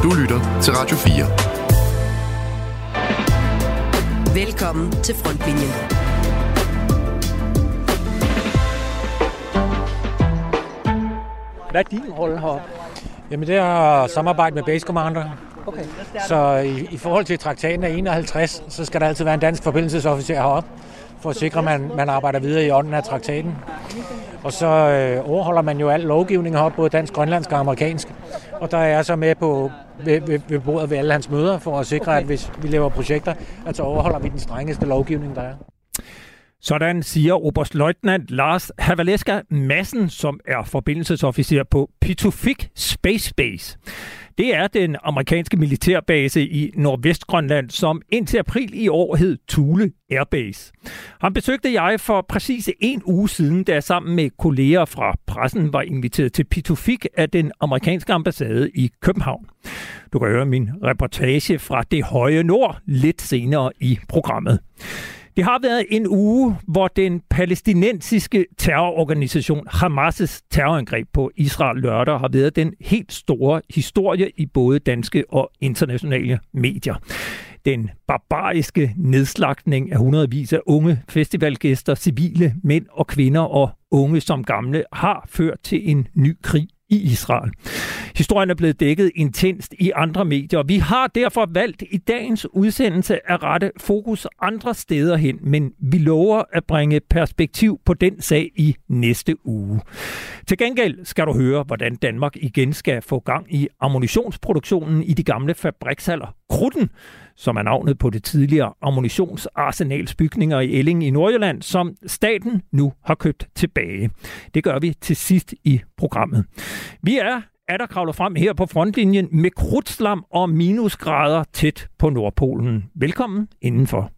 Du lytter til Radio 4. Velkommen til Frontlinjen. Hvad er din rolle heroppe? Jamen det er at samarbejde med Base Commander. Okay. Så i forhold til traktaten af 51, så skal der altid være en dansk forbindelsesofficer heroppe, for at sikre, at man arbejder videre i ånden af traktaten. Og så overholder man jo al lovgivning heroppe, både dansk, grønlandsk og amerikansk. Og der er jeg så med på ved bordet ved alle hans møder, for at sikre, at hvis vi laver projekter, at så overholder vi den strengeste lovgivning, der er. Sådan siger oberstløjtnant Lars Havaleska Madsen, som er forbindelsesofficer på Pituffik Space Base. Det er den amerikanske militærbase i Nordvestgrønland, som indtil april i år hed Thule Air Base. Han besøgte jeg for præcis en uge siden, da jeg sammen med kolleger fra pressen var inviteret til Pituffik af den amerikanske ambassade i København. Du kan høre min reportage fra det høje nord lidt senere i programmet. Det har været en uge, hvor den palæstinensiske terrororganisation Hamas' terrorangreb på Israel lørdag har været den helt store historie i både danske og internationale medier. Den barbariske nedslagtning af hundredvis af unge festivalgæster, civile mænd og kvinder og unge som gamle har ført til en ny krig i Israel. Historien er blevet dækket intenst i andre medier. Vi har derfor valgt i dagens udsendelse at rette fokus andre steder hen, men vi lover at bringe perspektiv på den sag i næste uge. Til gengæld skal du høre, hvordan Danmark igen skal få gang i ammunitionsproduktionen i de gamle fabrikshaller. Krudten, som er navnet på det tidligere ammunitionsarsenalsbygninger i Elling i Nordjylland, som staten nu har købt tilbage. Det gør vi til sidst i programmet. Vi er der kravler frem her på frontlinjen med krudtslam og minusgrader tæt på Nordpolen. Velkommen indenfor.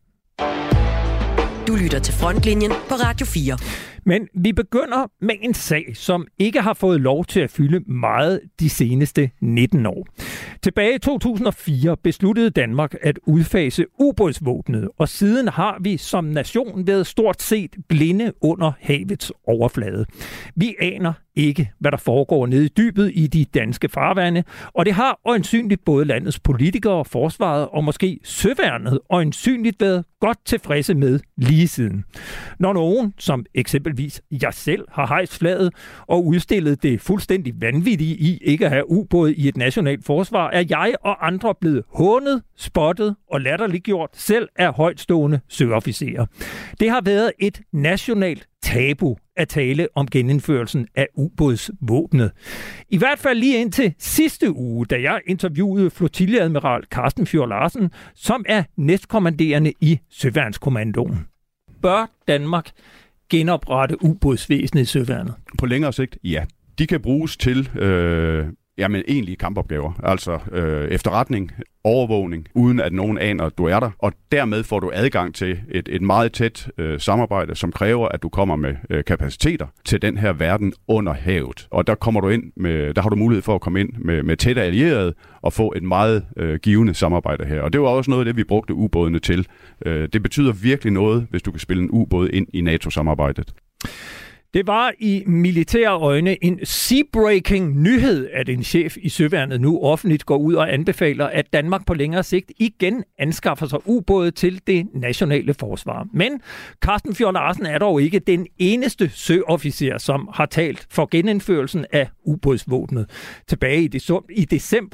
Du lytter til Frontlinjen på Radio 4. Men vi begynder med en sag, som ikke har fået lov til at fylde meget de seneste 19 år. Tilbage i 2004 besluttede Danmark at udfase ubådsvåbnet, og siden har vi som nation været stort set blinde under havets overflade. Vi aner ikke, hvad der foregår nede i dybet i de danske farvande, og det har øjensynligt både landets politikere, forsvaret og måske søværnet øjensynligt været godt tilfredse med lige siden. Når nogen, som eksempelvis jeg selv, har hejst flaget og udstillet det fuldstændig vanvittige i ikke at have ubåde i et nationalt forsvar, er jeg og andre blevet hånet, spottet og latterliggjort selv af højtstående søofficerer. Det har været et nationalt tabu at tale om genindførelsen af ubådsvåbnet. I hvert fald lige indtil sidste uge, da jeg interviewede flotiljeadmiral Carsten Fjord Larsen, som er næstkommanderende i Søværnskommandoen. Bør Danmark genoprette ubådsvæsenet i Søværnet? På længere sigt, ja. De kan bruges til egentlige kampopgaver, altså efterretning, overvågning, uden at nogen aner, at du er der, og dermed får du adgang til et meget tæt samarbejde, som kræver, at du kommer med kapaciteter til den her verden under havet. Og der kommer du ind med, der har du mulighed for at komme ind med tætte allierede og få et meget givende samarbejde her. Og det var også noget af det, vi brugte ubådene til. Det betyder virkelig noget, hvis du kan spille en ubåd ind i NATO-samarbejdet. Det var i militære øjne en sea-breaking nyhed, at en chef i Søværnet nu offentligt går ud og anbefaler, at Danmark på længere sigt igen anskaffer sig ubåde til det nationale forsvar. Men Carsten Fjord Larsen er dog ikke den eneste søofficer, som har talt for genindførelsen af ubådsvåbnet. Tilbage i december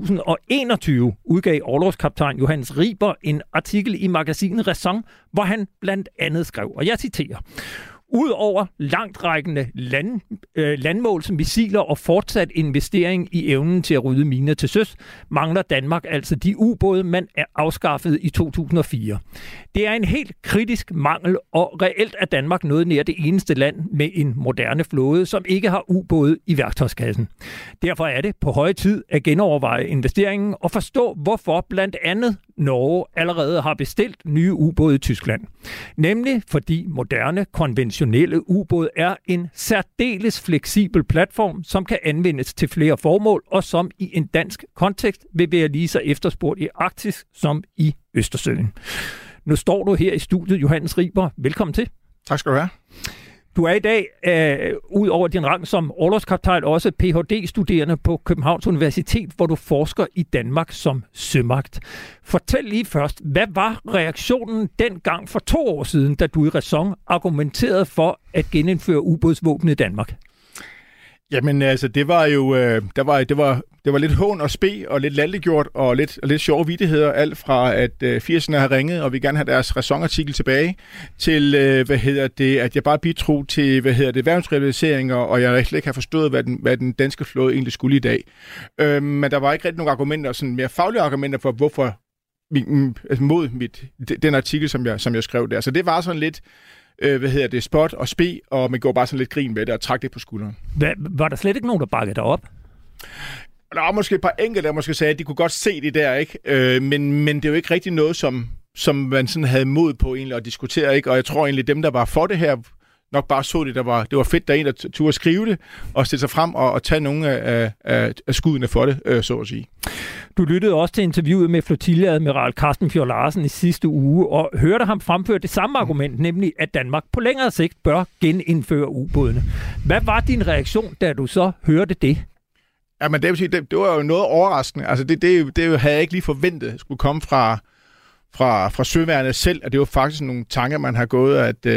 2021 udgav orlogskaptajn Johannes Riber en artikel i magasinet Ræson, hvor han blandt andet skrev, og jeg citerer: Udover langtrækkende landmåls, missiler og fortsat investering i evnen til at rydde miner til søs, mangler Danmark altså de ubåde, man er afskaffet i 2004. Det er en helt kritisk mangel, og reelt er Danmark noget nær det eneste land med en moderne flåde, som ikke har ubåde i værktøjskassen. Derfor er det på høje tid at genoverveje investeringen og forstå, hvorfor blandt andet Norge allerede har bestilt nye ubåde i Tyskland. Nemlig fordi moderne, konventionelle ubåde er en særdeles fleksibel platform, som kan anvendes til flere formål, og som i en dansk kontekst vil være lige så efterspurgt i Arktis som i Østersøen. Nu står du her i studiet, Johannes Riber. Velkommen til. Tak skal du have. Du er i dag, ud over din rang som orlogskaptajn, også Ph.D.-studerende på Københavns Universitet, hvor du forsker i Danmark som sømagt. Fortæl lige først, hvad var reaktionen dengang for 2 år siden, da du i ræson argumenterede for at genindføre ubådsvåbnet i Danmark? Jamen altså, det var jo det var lidt hån og spe og lidt latterliggjort og lidt sjove vittigheder, alt fra at 80'erne har ringet og vi gerne have deres ræsonartikel tilbage til at jeg bare bidrog til værnsrealiseringer, og jeg slet ikke har forstået hvad den danske flåde egentlig skulle i dag. Men der var ikke rigtig nogen argumenter, sådan mere faglige argumenter for hvorfor mod den artikel som jeg skrev der. Så det var sådan lidt spot og spe, og man går bare sådan lidt grin med det og trak det på skulderen. Var der slet ikke nogen, der bakkede dig op? Der var måske et par enkelte, der måske sagde, at de kunne godt se det der, ikke? Men det er jo ikke rigtig noget, som man sådan havde mod på egentlig at diskutere, ikke? Og jeg tror egentlig, dem, der var for det her, nok bare så det, det var fedt, der er en, der turde skrive det, og stille sig frem og tage nogle af skuddene for det, så at sige. Du lyttede også til interviewet med Flotilleadmiral Carsten Fjord Larsen i sidste uge, og hørte ham fremføre det samme argument, nemlig at Danmark på længere sigt bør genindføre ubådene. Hvad var din reaktion, da du så hørte det? Ja, men det var jo noget overraskende. Altså, det havde jeg ikke lige forventet skulle komme fra søværnet selv, at det var faktisk nogle tanker, man har gået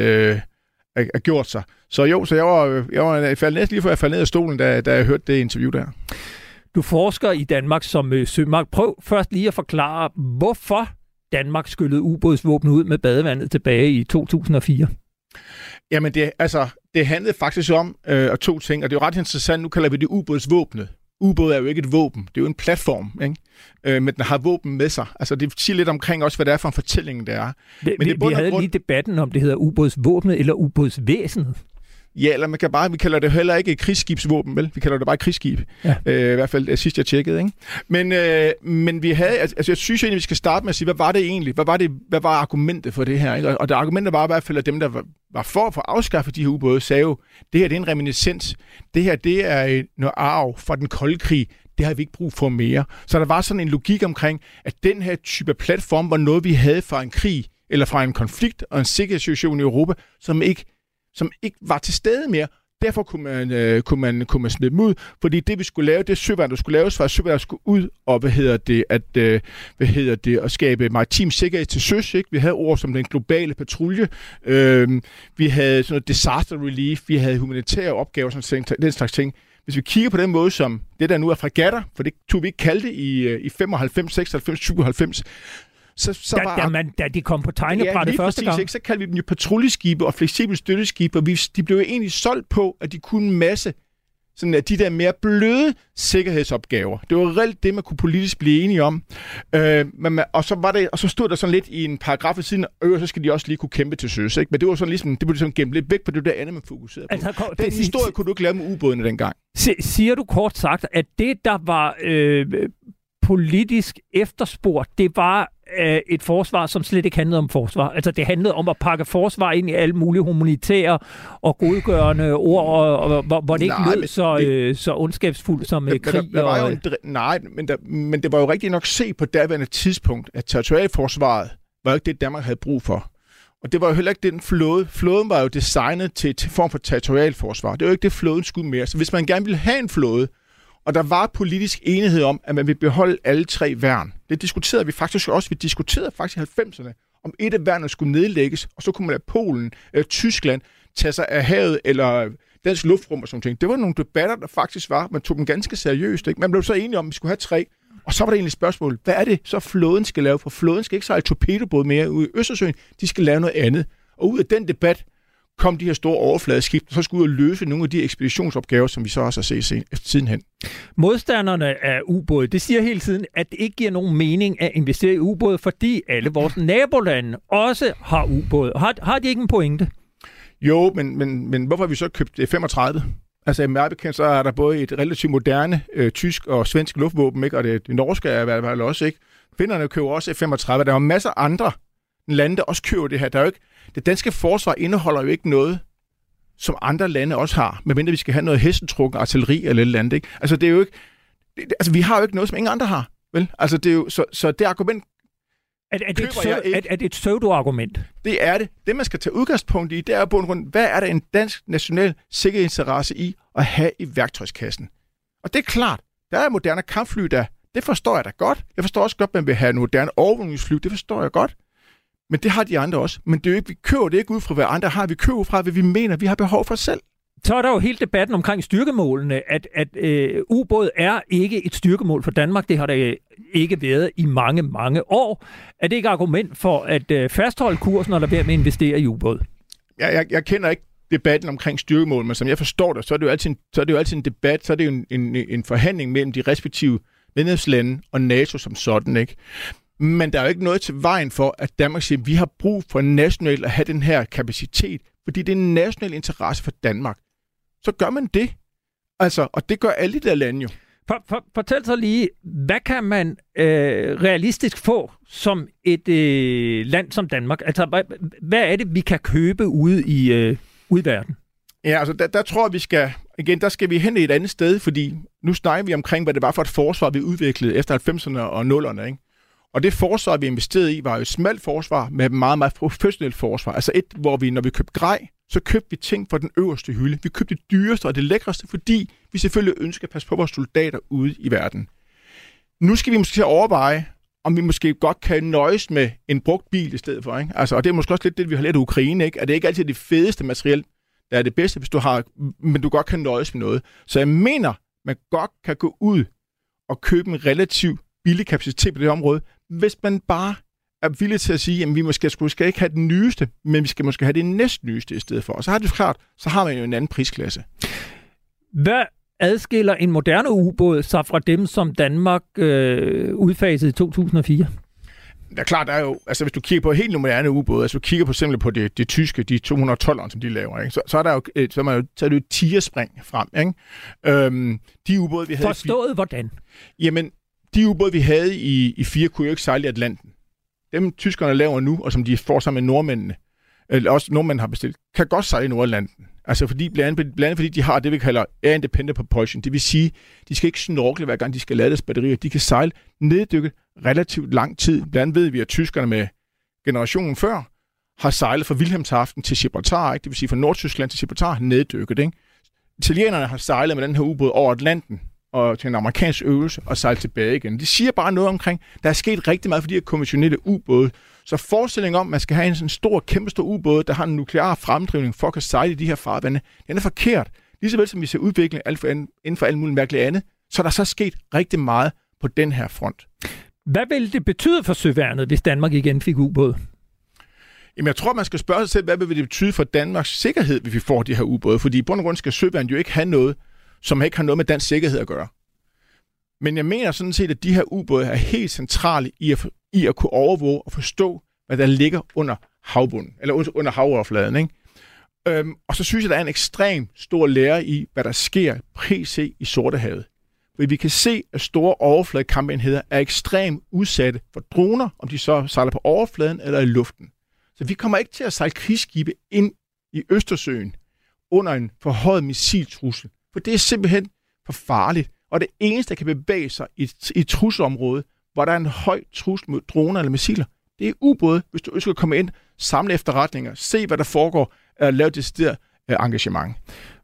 at gjort sig. Så jeg faldt næsten lige før jeg faldt ned af stolen, da jeg hørte det interview der. Du forsker i Danmark som sømagt. Prøv først lige at forklare, hvorfor Danmark skyllede ubådsvåben ud med badevandet tilbage i 2004. Jamen, det handlede faktisk om 2 ting, og det er jo ret interessant. Nu kalder vi det ubådsvåbnet. Ubåd er jo ikke et våben. Det er jo en platform, ikke? Men den har våben med sig. Altså, det siger lidt omkring også, hvad det er for en fortælling, det er. Vi havde lige debatten om, det hedder ubådsvåbnet eller ubådsvæsenet. Ja, eller vi kalder det heller ikke et krigsskibsvåben, vel? Vi kalder det bare et krigsskib. Ja. I hvert fald sidst jeg tjekkede, ikke? Men vi havde, altså jeg synes egentlig, vi skal starte med at sige, hvad var det egentlig? Hvad var argumentet for det her? Ikke? Og det argumentet var i hvert fald, at dem, der var for at få afskaffet de her ubåde, sagde jo, det her det er en reminiscens. Det her det er noget arv fra den kolde krig. Det har vi ikke brug for mere. Så der var sådan en logik omkring, at den her type platform var noget, vi havde fra en krig, eller fra en konflikt og en sikkerhedssituation i Europa, som ikke var til stede mere. Derfor kunne man smide dem ud, fordi det vi skulle lave, det søværn, der skulle laves, var søværn, der skulle ud og at skabe maritim sikkerhed til søs, ikke? Vi havde ord som den globale patrulje, vi havde sådan noget disaster relief, vi havde humanitære opgaver, sådan den slags ting. Hvis vi kigger på den måde, som det der nu er fregatter, for det tog vi ikke kalde det i 95, 96, 97, da de kom på tegnebrættet første gang. Så kaldte vi dem jo patruljeskibe og fleksible støtteskibe, og de blev jo egentlig solgt på, at de kunne en masse sådan de der mere bløde sikkerhedsopgaver. Det var reelt det, man kunne politisk blive enige om. Og så stod der sådan lidt i en paragraf ved siden, så skal de også lige kunne kæmpe til søs, ikke? Men det var sådan ligesom, det blev sådan gemt lidt væk på det der andet, man fokuserede på. Altså, den historie kunne du ikke lave med ubådene dengang. Siger du kort sagt, at det, der var politisk efterspurgt, det var et forsvar, som slet ikke handlede om forsvar. Altså, det handlede om at pakke forsvar ind i alle mulige humanitære og godgørende ord, og hvor det ikke lød så ondskabsfuldt som krig. Men det var jo rigtigt nok se på daværende tidspunkt, at territorialforsvaret var jo ikke det, Danmark havde brug for. Og det var jo heller ikke den flåde. Flåden var jo designet til form for territorialforsvar. Det var jo ikke det, flåden skulle mere. Så hvis man gerne ville have en flåde, og der var politisk enighed om, at man ville beholde alle 3 værn. Det diskuterede vi faktisk også. Vi diskuterede faktisk i 90'erne, om et af værnene skulle nedlægges, og så kunne man lade Polen eller Tyskland tage sig af havet eller dansk luftrum og sådan ting. Det var nogle debatter, der faktisk var. Man tog dem ganske seriøst. Ikke? Man blev så enige om, at vi skulle have 3. Og så var det egentlig et spørgsmål. Hvad er det så flåden skal lave? For flåden skal ikke sejle torpedobåd mere ud i Østersøen. De skal lave noget andet. Og ud af den debat kom de her store overfladeskib, og så skulle ud og løse nogle af de ekspeditionsopgaver, som vi så også har set sidenhen. Modstanderne af ubåde, det siger hele tiden, at det ikke giver nogen mening at investere i ubåde, fordi alle vores nabolande også har ubåde. Har de ikke en pointe? Jo, men hvorfor har vi så købt F-35? Altså, i mig bekendt, så er der både et relativt moderne tysk og svensk luftvåben, ikke? Og det norske er i hvert fald også, ikke? Finnerne køber også F-35. Der er masser af andre lande, der også køber det her. Der er jo ikke, det danske forsvar indeholder jo ikke noget, som andre lande også har, medmindre vi skal have noget hestetrukken artilleri eller et eller andet, ikke? Altså, det er jo ikke... vi har jo ikke noget, som ingen andre har, vel? Altså, det er jo... Så det argument Er det et pseudo-argument? Det er det. Det, man skal tage udgangspunkt i, det er på en grund, hvad er der en dansk national sikkerhedsinteresse i at have i værktøjskassen? Og det er klart, der er moderne kampfly der. Det forstår jeg da godt. Jeg forstår også godt, at man vil have en moderne overvågningsfly. Det forstår jeg godt. Men det har de andre også. Men det er jo ikke, vi køber det ikke ud fra, hvad andre har. Vi køber fra, hvad vi mener, vi har behov for selv. Så er der jo hele debatten omkring styrkemålene, at ubåd er ikke et styrkemål for Danmark. Det har det ikke været i mange, mange år. Er det ikke argument for at fastholde kursen og lade være med at investere i ubåd? Jeg kender ikke debatten omkring styrkemål, men som jeg forstår det, så er det jo altid en debat, så er det jo en forhandling mellem de respektive medlemslande og NATO som sådan, ikke? Men der er jo ikke noget til vejen for, at Danmark siger, at vi har brug for nationalt at have den her kapacitet, fordi det er en national interesse for Danmark. Så gør man det. Altså, og det gør alle de der lande jo. Fortæl så lige, hvad kan man realistisk få som et land som Danmark? Altså, hvad er det, vi kan købe ude i verden? Ja, altså, der tror jeg, vi skal... Igen, der skal vi hen i et andet sted, fordi nu snakker vi omkring, hvad det var for et forsvar, vi udviklede efter 90'erne og 0'erne, ikke? Og det forsvar, vi investerede i, var jo et smalt forsvar med et meget, meget professionelt forsvar. Altså hvor vi, når vi købte grej, så købte vi ting fra den øverste hylde. Vi købte det dyreste og det lækreste, fordi vi selvfølgelig ønsker at passe på vores soldater ude i verden. Nu skal vi måske overveje, om vi måske godt kan nøjes med en brugt bil i stedet for, ikke? Altså, og det er måske også lidt det, vi har lært af Ukraine, ikke? At det ikke altid er det fedeste materiel, der er det bedste, hvis du har, men du godt kan nøjes med noget. Så jeg mener, man godt kan gå ud og købe en relativt billig kapacitet på det område, hvis man bare er villig til at sige, at vi måske ikke have den nyeste, men vi skal måske have det næstnyeste i stedet for. Og så har det klart, så har man jo en anden prisklasse. Hvad adskiller en moderne ubåd sig fra dem, som Danmark udfasede i 2004? Det er klart, der er jo, altså hvis du kigger på helt moderne ubåde, altså du kigger på simpelthen på det tyske, de 212'ere, som de laver, ikke? Så er der jo, så er det jo et tigerspring frem, ikke? De ubåde, vi havde... Forstået hvordan? Jamen, de ubåde, vi havde i 4, kunne jo ikke sejle i Atlanten. Dem tyskerne laver nu, og som de får sammen med nordmændene, eller også nordmændene har bestilt, kan godt sejle i Nordatlanten. Altså blandt andet fordi de har det, vi kalder air independent propulsion. Det vil sige, de skal ikke snorkle hver gang, de skal lade deres batterier. De kan sejle neddykket relativt lang tid. Blandt andet ved vi, at tyskerne med generationen før har sejlet fra Wilhelmshaven til Gibraltar, ikke? Det vil sige fra Nordtyskland til Gibraltar, neddykket, ikke? Italienerne har sejlet med den her ubåd over Atlanten og til en amerikansk øvelse og sejle tilbage igen. Det siger bare noget omkring, der er sket rigtig meget for de her konventionelle ubåde. Så forestillingen om, at man skal have en sådan stor, kæmpestor ubåd, der har en nuklear fremdrivning for at kunne sejle i de her farvande, den er forkert. Ligeså vel som vi ser udvikling inden for alt muligt mærkeligt andet, så er der så sket rigtig meget på den her front. Hvad vil det betyde for søværnet, hvis Danmark igen fik ubåd? Jamen, jeg tror, man skal spørge sig selv, hvad vil det betyde for Danmarks sikkerhed, hvis vi får de her ubåde? Fordi i bund og grund skal søværnet jo ikke have noget, som ikke har noget med dansk sikkerhed at gøre. Men jeg mener sådan set, at de her ubåde er helt centrale i at kunne overvåge og forstå, hvad der ligger under havbunden, eller under havoverfladen, ikke? Og så synes jeg, der er en ekstrem stor lære i, hvad der sker PC i Sortehavet. For vi kan se, at store overfladekampeenheder er ekstremt udsatte for droner, om de så sejler på overfladen eller i luften. Så vi kommer ikke til at sejle krigsskibe ind i Østersøen under en forhøjet missiltrussel. For det er simpelthen for farligt. Og det eneste, der kan bevæge sig i et trusselområde, hvor der er en høj trussel mod droner eller missiler, det er ubåde, hvis du ønsker at komme ind, samle efterretninger, se hvad der foregår, og lave decideret engagement.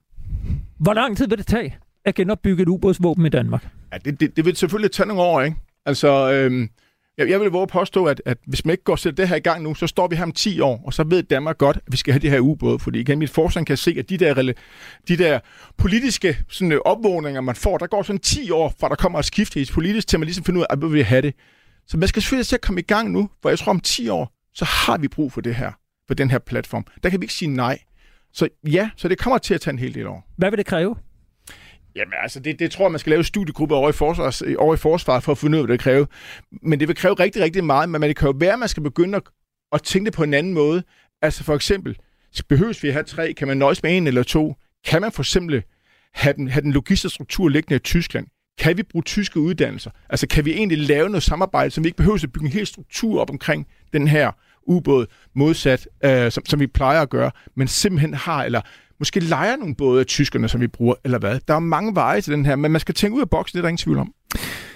Hvor lang tid vil det tage at genopbygge et ubådsvåben i Danmark? Ja, det vil selvfølgelig tage nogle år, ikke? Altså, jeg vil våge at påstå, at hvis man ikke går til det her i gang nu, så står vi her om 10 år, og så ved Danmark godt, at vi skal have de her ubåde. Fordi igen, mit forskning kan se, at de der politiske sådan, opvågninger, man får, der går sådan 10 år, fra der kommer et skifte i politisk, til man ligesom finder ud af, at vi vil have det. Så man skal selvfølgelig til at komme i gang nu, for jeg tror om 10 år, så har vi brug for det her, for den her platform. Der kan vi ikke sige nej. Så ja, så det kommer til at tage en hel del år. Hvad vil det kræve? Jamen altså, det tror jeg, man skal lave studiegrupper over i forsvaret for at finde ud af, hvad det kræver. Men det vil kræve rigtig, rigtig meget. Men det kan jo være, at man skal begynde at tænke det på en anden måde. Altså for eksempel, behøves vi at have 3? Kan man nøjes med 1 eller 2? Kan man for eksempel have den logistiske struktur liggende i Tyskland? Kan vi bruge tyske uddannelser? Altså kan vi egentlig lave noget samarbejde, som vi ikke behøver at bygge en hel struktur op omkring den her ubåd, modsat, som vi plejer at gøre, men simpelthen har, eller måske leger nogle både af tyskerne, som vi bruger, eller hvad. Der er mange veje til den her, men man skal tænke ud af boksen, det er der ingen tvivl om.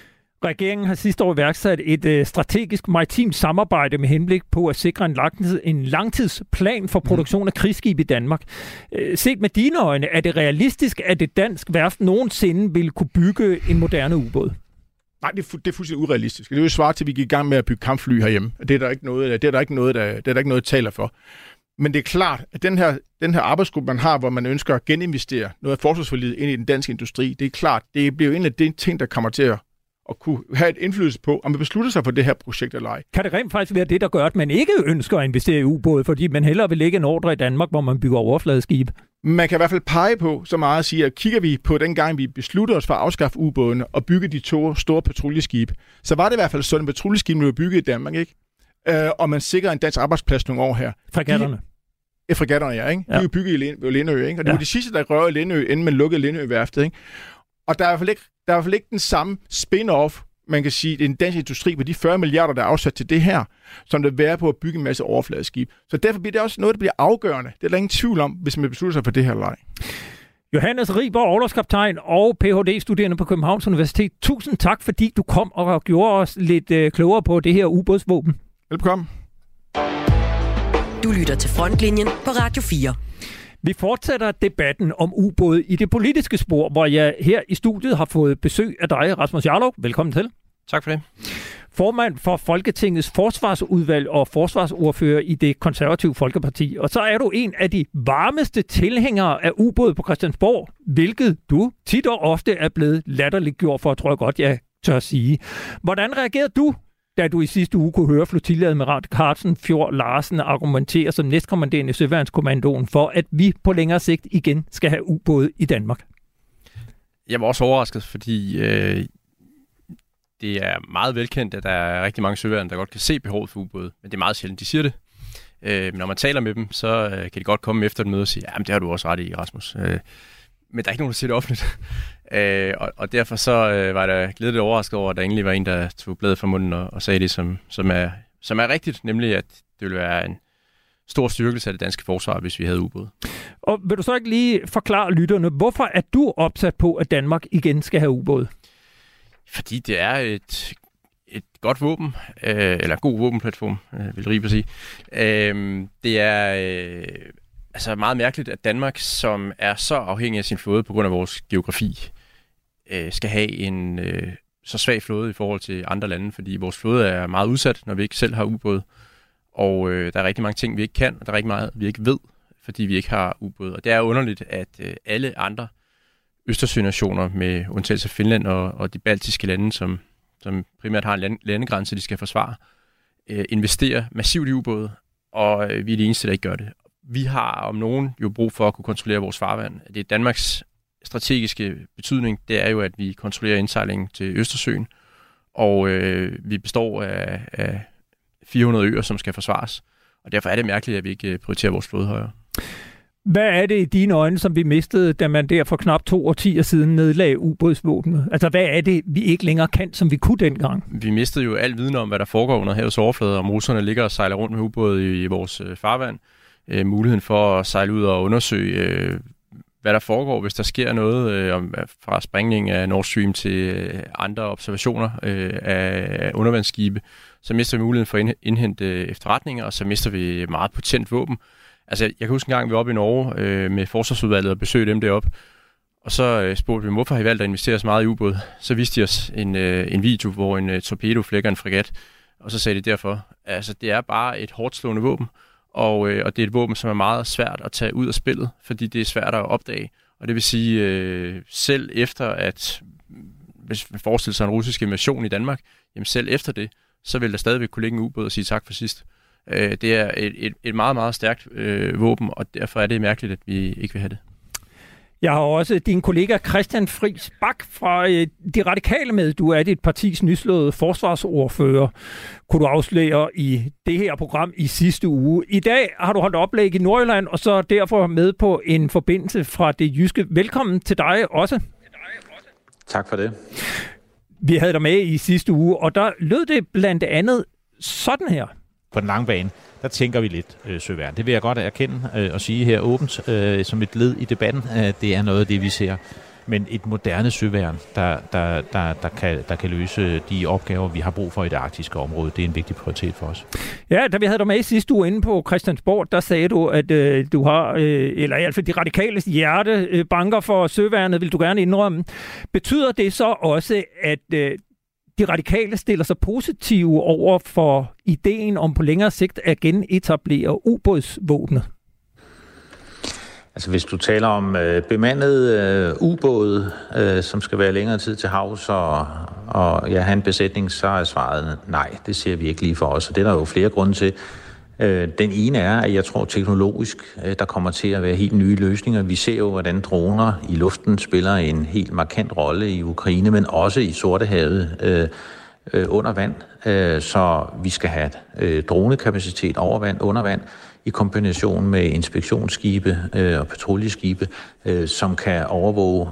Regeringen har sidste år iværksat et strategisk maritimt samarbejde med henblik på at sikre en langtidsplan for produktion af krigsskib i Danmark. Set med dine øjne, er det realistisk, at et dansk værft nogensinde vil kunne bygge en moderne ubåd? Nej, det er fuldstændig urealistisk. Det er jo svar til, at vi gik i gang med at bygge kampfly herhjemme. Det er der ikke noget, der taler for. Men det er klart, at den her arbejdsgruppe, man har, hvor man ønsker at geninvestere noget af forsvarsforliget ind i den danske industri, det er klart, det bliver jo en af de ting, der kommer til at kunne have et indflydelse på, om man beslutter sig for det her projekt eller ej. Kan det rent faktisk være det, der gør, at man ikke ønsker at investere i ubåde, fordi man hellere vil lægge en ordre i Danmark, hvor man bygger overfladeskib? Man kan i hvert fald pege på så meget at sige, at kigger vi på den gang, vi besluttede os for at afskaffe ubådene og bygge de 2 store patruljeskib, så var det i hvert fald sådan, at patruljeskibene blev bygget i Danmark, ikke? Og man sikrer en dansk arbejdsplads nogle år her. Fregatterne. Fregatterne, ja, ikke? De er jo bygget i Lindø, ikke? Og det var de sidste, der rørede Lindø, inden man lukkede Lindø-værftet, ikke? Og der er i hvert fald ikke den samme spin-off, man kan sige, i den danske industri på de 40 milliarder, der er afsat til det her, som det er på at bygge en masse overfladeskib. Så derfor bliver det også noget, der bliver afgørende. Det er der ingen tvivl om, hvis man beslutter sig for det her leg. Johannes Riber, orlogskaptajn og Ph.D.-studerende på Københavns Universitet. Tusind tak, fordi du kom og gjorde os lidt klogere på det her ubådsvåben. Velkommen. Du lytter til Frontlinjen på Radio 4. Vi fortsætter debatten om ubåde i det politiske spor, hvor jeg her i studiet har fået besøg af dig, Rasmus Jarlov. Velkommen til. Tak for det. Formand for Folketingets forsvarsudvalg og forsvarsordfører i det konservative Folkeparti. Og så er du en af de varmeste tilhængere af ubåde på Christiansborg, hvilket du tit og ofte er blevet latterligt gjort for, tror jeg godt, jeg tør sige. Hvordan reagerede du, da du i sidste uge kunne høre flotilleadmiral Carsten Fjord Larsen argumentere som næstkommanderende i Søværnskommandoen for, at vi på længere sigt igen skal have ubåde i Danmark? Jeg var også overrasket, fordi det er meget velkendt, at der er rigtig mange søværn, der godt kan se behovet for ubåde, men det er meget sjældent, de siger det. Men når man taler med dem, så kan de godt komme efter et møde og sige, jamen det har du også ret i, Rasmus. Men der er ikke nogen, der siger det offentligt. Og derfor så var jeg glædeligt overrasket over, at der egentlig var en, der tog bladet fra munden og sagde det, som er rigtigt, nemlig at det ville være en stor styrkelse af det danske forsvar, hvis vi havde ubåde. Og vil du så ikke lige forklare lytterne, hvorfor er du opsat på, at Danmark igen skal have ubåde? Fordi det er et godt våben, eller en god våbenplatform, vil Riber sige. Det er altså meget mærkeligt, at Danmark, som er så afhængig af sin flåde på grund af vores geografi, skal have en så svag flåde i forhold til andre lande, fordi vores flåde er meget udsat, når vi ikke selv har ubåde. Og der er rigtig mange ting, vi ikke kan, og der er rigtig meget, vi ikke ved, fordi vi ikke har ubåde. Og det er underligt, at alle andre Østersønationer, med undtagelse af Finland og de baltiske lande, som primært har en landegrænse, de skal forsvare, investerer massivt i ubåde, og vi er de eneste, der ikke gør det. Vi har om nogen jo brug for at kunne kontrollere vores farvand. Det er Danmarks strategiske betydning, det er jo, at vi kontrollerer indsejlingen til Østersøen, og vi består af 400 øer, som skal forsvares. Og derfor er det mærkeligt, at vi ikke prioriterer vores flåde højere. Hvad er det i dine øjne, som vi mistede, da man der for knap 2 årtier siden nedlagde ubådsvåbnet? Altså, hvad er det, vi ikke længere kan, som vi kunne dengang? Vi mistede jo al viden om, hvad der foregår under havets overflade, om russerne ligger og sejler rundt med ubåde i vores farvand. Muligheden for at sejle ud og undersøge, hvad der foregår, hvis der sker noget fra sprængning af Nord Stream til andre observationer af undervandsskibe. Så mister vi muligheden for at indhente efterretninger, og så mister vi meget potent våben. Altså, jeg kan huske en gang, vi var oppe i Norge med forsvarsudvalget og besøgte dem deroppe, og så spurgte vi, hvorfor har I valgt at investere så meget i ubåd? Så viste de os en video, hvor en torpedo flækker en fregat, og så sagde de derfor. Altså, det er bare et hårdt slående våben, og det er et våben, som er meget svært at tage ud af spillet, fordi det er svært at opdage. Og det vil sige, selv efter at, hvis man forestiller sig en russisk invasion i Danmark, jamen selv efter det, så vil der stadigvæk kunne ligge en ubåd og sige tak for sidst. Det er et meget, meget stærkt våben, og derfor er det mærkeligt, at vi ikke vil have det. Jeg har også din kollega Christian Friis Bak fra De Radikale med. Du er dit partis nyslåede forsvarsordfører, kunne du afsløre i det her program i sidste uge. I dag har du holdt oplæg i Nordjylland, og så derfor med på en forbindelse fra det jyske. Velkommen til dig også. Tak for det. Vi havde dig med i sidste uge, og der lød det blandt andet sådan her. På den lange bane, der tænker vi lidt søværn. Det vil jeg godt erkende og sige her åbent som et led i debatten. Det er noget af det, vi ser Men et moderne søværn, der kan løse de opgaver, vi har brug for i det arktiske område, det er en vigtig prioritet for os. Ja, da vi havde dig med sidste uge inde på Christiansborg, der sagde du, at du har, eller i hvert fald de radikales hjerte banker for søværnet, vil du gerne indrømme. Betyder det så også, at de radikale stiller sig positive over for ideen om på længere sigt at genetablere ubådsvåbnet? Altså hvis du taler om bemandet ubåde, som skal være længere tid til havs og have en besætning, så er svaret nej, det ser vi ikke lige for os. Og det er der jo flere grunde til. Den ene er, at jeg tror teknologisk, der kommer til at være helt nye løsninger. Vi ser jo, hvordan droner i luften spiller en helt markant rolle i Ukraine, men også i Sortehavet under vand. Så vi skal have dronekapacitet over vand, under vand, i kombination med inspektionsskibe og patruljeskibe, som kan overvåge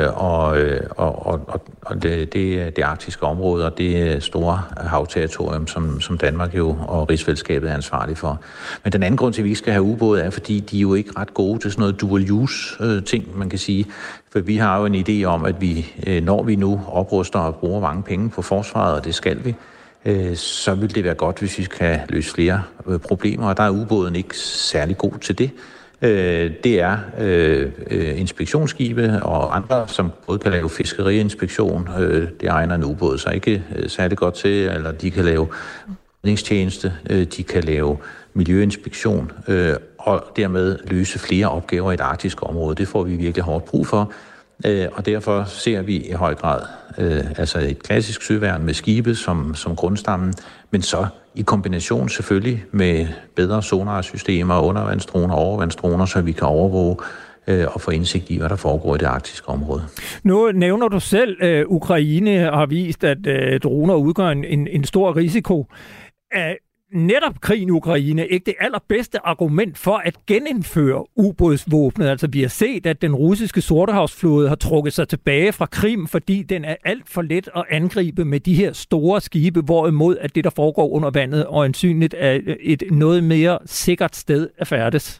og det arktiske område og det store havterritorium, som Danmark jo og rigsfællesskabet er ansvarlig for. Men den anden grund til, at vi ikke skal have ubåde, er, fordi de er jo ikke ret gode til sådan noget dual-use-ting, man kan sige. For vi har jo en idé om, at vi, når vi nu opruster og bruger mange penge på forsvaret, og det skal vi, så vil det være godt, hvis vi kan løse flere problemer, og der er ubåden ikke særlig god til det. Det er inspektionsskibe og andre, som både kan lave fiskeriinspektion, det egner en ubåd så ikke særlig godt til, eller de kan lave redningstjeneste, de kan lave miljøinspektion, og dermed løse flere opgaver i et arktisk område. Det får vi virkelig hårdt brug for. Og derfor ser vi i høj grad altså et klassisk søværn med skibe som grundstammen, men så i kombination selvfølgelig med bedre sonarsystemer, undervandsdroner og overvandsdroner, så vi kan overvåge og få indsigt i, hvad der foregår i det arktiske område. Nu nævner du selv, Ukraine har vist, at droner udgør en stor risiko. Netop krigen i Ukraine ikke det allerbedste argument for at genindføre ubådsvåbnet. Altså vi har set, at den russiske Sortehavsflåde har trukket sig tilbage fra Krim, fordi den er alt for let at angribe med de her store skibe, hvorimod at det, der foregår under vandet, og ansynligt er et noget mere sikkert sted at færdes.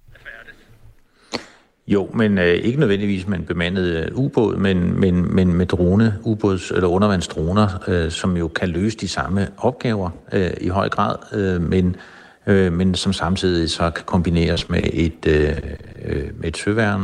Jo, men ikke nødvendigvis med en bemandet ubåd, men med drone, ubåds- eller undervandsdroner, som jo kan løse de samme opgaver i høj grad, men som samtidig så kan kombineres med et søværn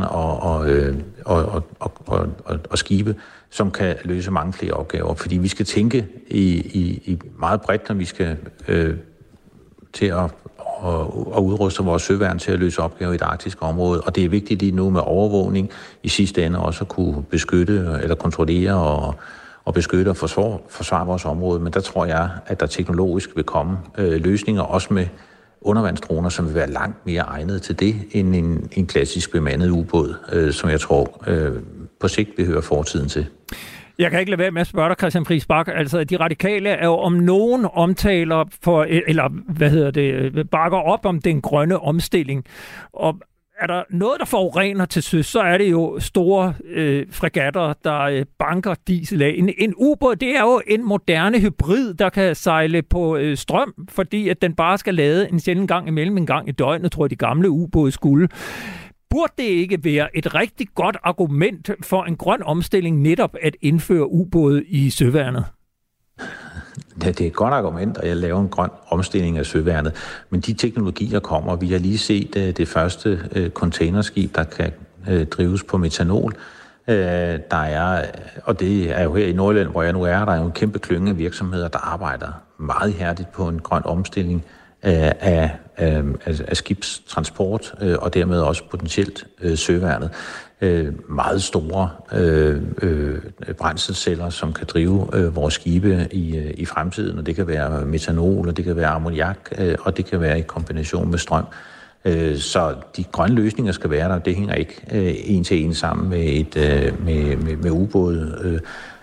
og skibe, som kan løse mange flere opgaver. Fordi vi skal tænke i meget bredt, når vi skal til at udruste vores søværn til at løse opgaver i det arktiske område. Og det er vigtigt lige nu med overvågning i sidste ende også at kunne beskytte eller kontrollere og beskytte og forsvare vores område. Men der tror jeg, at der teknologisk vil komme løsninger, også med undervandsdroner, som vil være langt mere egnet til det, end en klassisk bemandet ubåd, som jeg tror på sigt vil høre fortiden til. Jeg kan ikke lade være med at spørge dig, Christian Friis Bach. Altså, de radikale er jo om nogen omtaler for, eller bakker op om den grønne omstilling. Og er der noget, der forurener til søs, så er det jo store fregatter, der banker diesel af. En ubåd, det er jo en moderne hybrid, der kan sejle på strøm, fordi at den bare skal lade en sjælden gang imellem en gang i døgnet, tror jeg, de gamle ubåde skulle. Burde det ikke være et rigtig godt argument for en grøn omstilling netop at indføre ubåde i søværnet? Ja, det er et godt argument, at jeg laver en grøn omstilling af søværnet. Men de teknologier kommer. Vi har lige set det første containerskib, der kan drives på metanol. Der er, og det er jo her i Nordjylland, hvor jeg nu er, der er jo en kæmpe klynge af virksomheder, der arbejder meget hærdigt på en grøn omstilling af skibstransport, og dermed også potentielt søværnet. Meget store brændselsceller, som kan drive vores skibe i fremtiden, og det kan være metanol, og det kan være ammoniak, og det kan være i kombination med strøm. Så de grønne løsninger skal være der. Det hænger ikke en til en sammen med ubåde.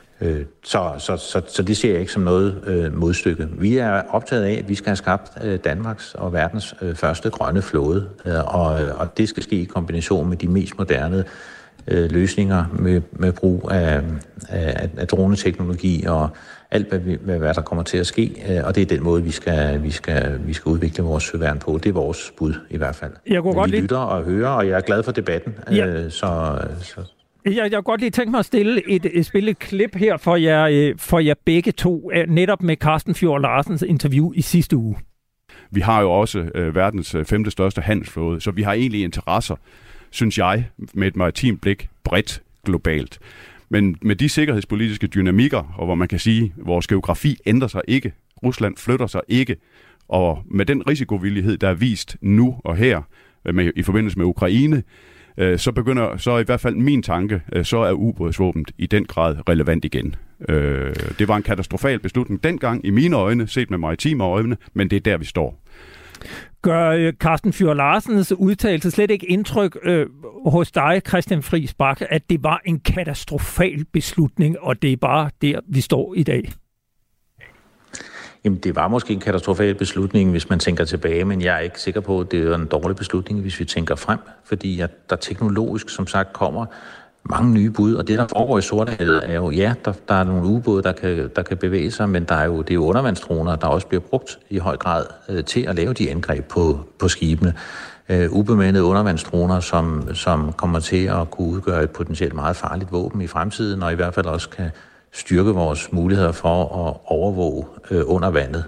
Så det ser jeg ikke som noget modstykke. Vi er optaget af, at vi skal have skabt Danmarks og verdens første grønne flåde, og det skal ske i kombination med de mest moderne løsninger med brug af droneteknologi og alt, hvad der kommer til at ske. Og det er den måde, vi skal udvikle vores søværn på. Det er vores bud i hvert fald. Jeg kunne godt lytter og hører, og jeg er glad for debatten. Ja. Jeg kunne godt lige tænke mig at spille et klip her for jer begge to, netop med Karsten Fjord Larsens interview i sidste uge. Vi har jo også verdens 5. største handelsflåde, så vi har egentlig interesser, synes jeg, med et maritimt blik bredt globalt. Men med de sikkerhedspolitiske dynamikker, og hvor man kan sige, at vores geografi ændrer sig ikke, Rusland flytter sig ikke, og med den risikovillighed, der er vist nu og her i forbindelse med Ukraine, så i hvert fald min tanke, så er ubådsvåbenet i den grad relevant igen. Det var en katastrofal beslutning dengang, i mine øjne, set med maritime øjne, men det er der, vi står. Gør Karsten Fjord Larsens udtalelse slet ikke indtryk hos dig, Christian Friis Bach, at det var en katastrofal beslutning, og det er bare der, vi står i dag? Jamen, det var måske en katastrofal beslutning, hvis man tænker tilbage, men jeg er ikke sikker på, at det er en dårlig beslutning, hvis vi tænker frem, fordi at der teknologisk, som sagt, kommer mange nye bud, og det, der foregår i Sortehavet, er jo, ja, der er nogle ubåde, der kan bevæge sig, men det er jo undervandsdroner, der også bliver brugt i høj grad til at lave de angreb på skibene. Ubemandede undervandsdroner, som kommer til at kunne udgøre et potentielt meget farligt våben i fremtiden, og i hvert fald også kan styrke vores muligheder for at overvåge under vandet.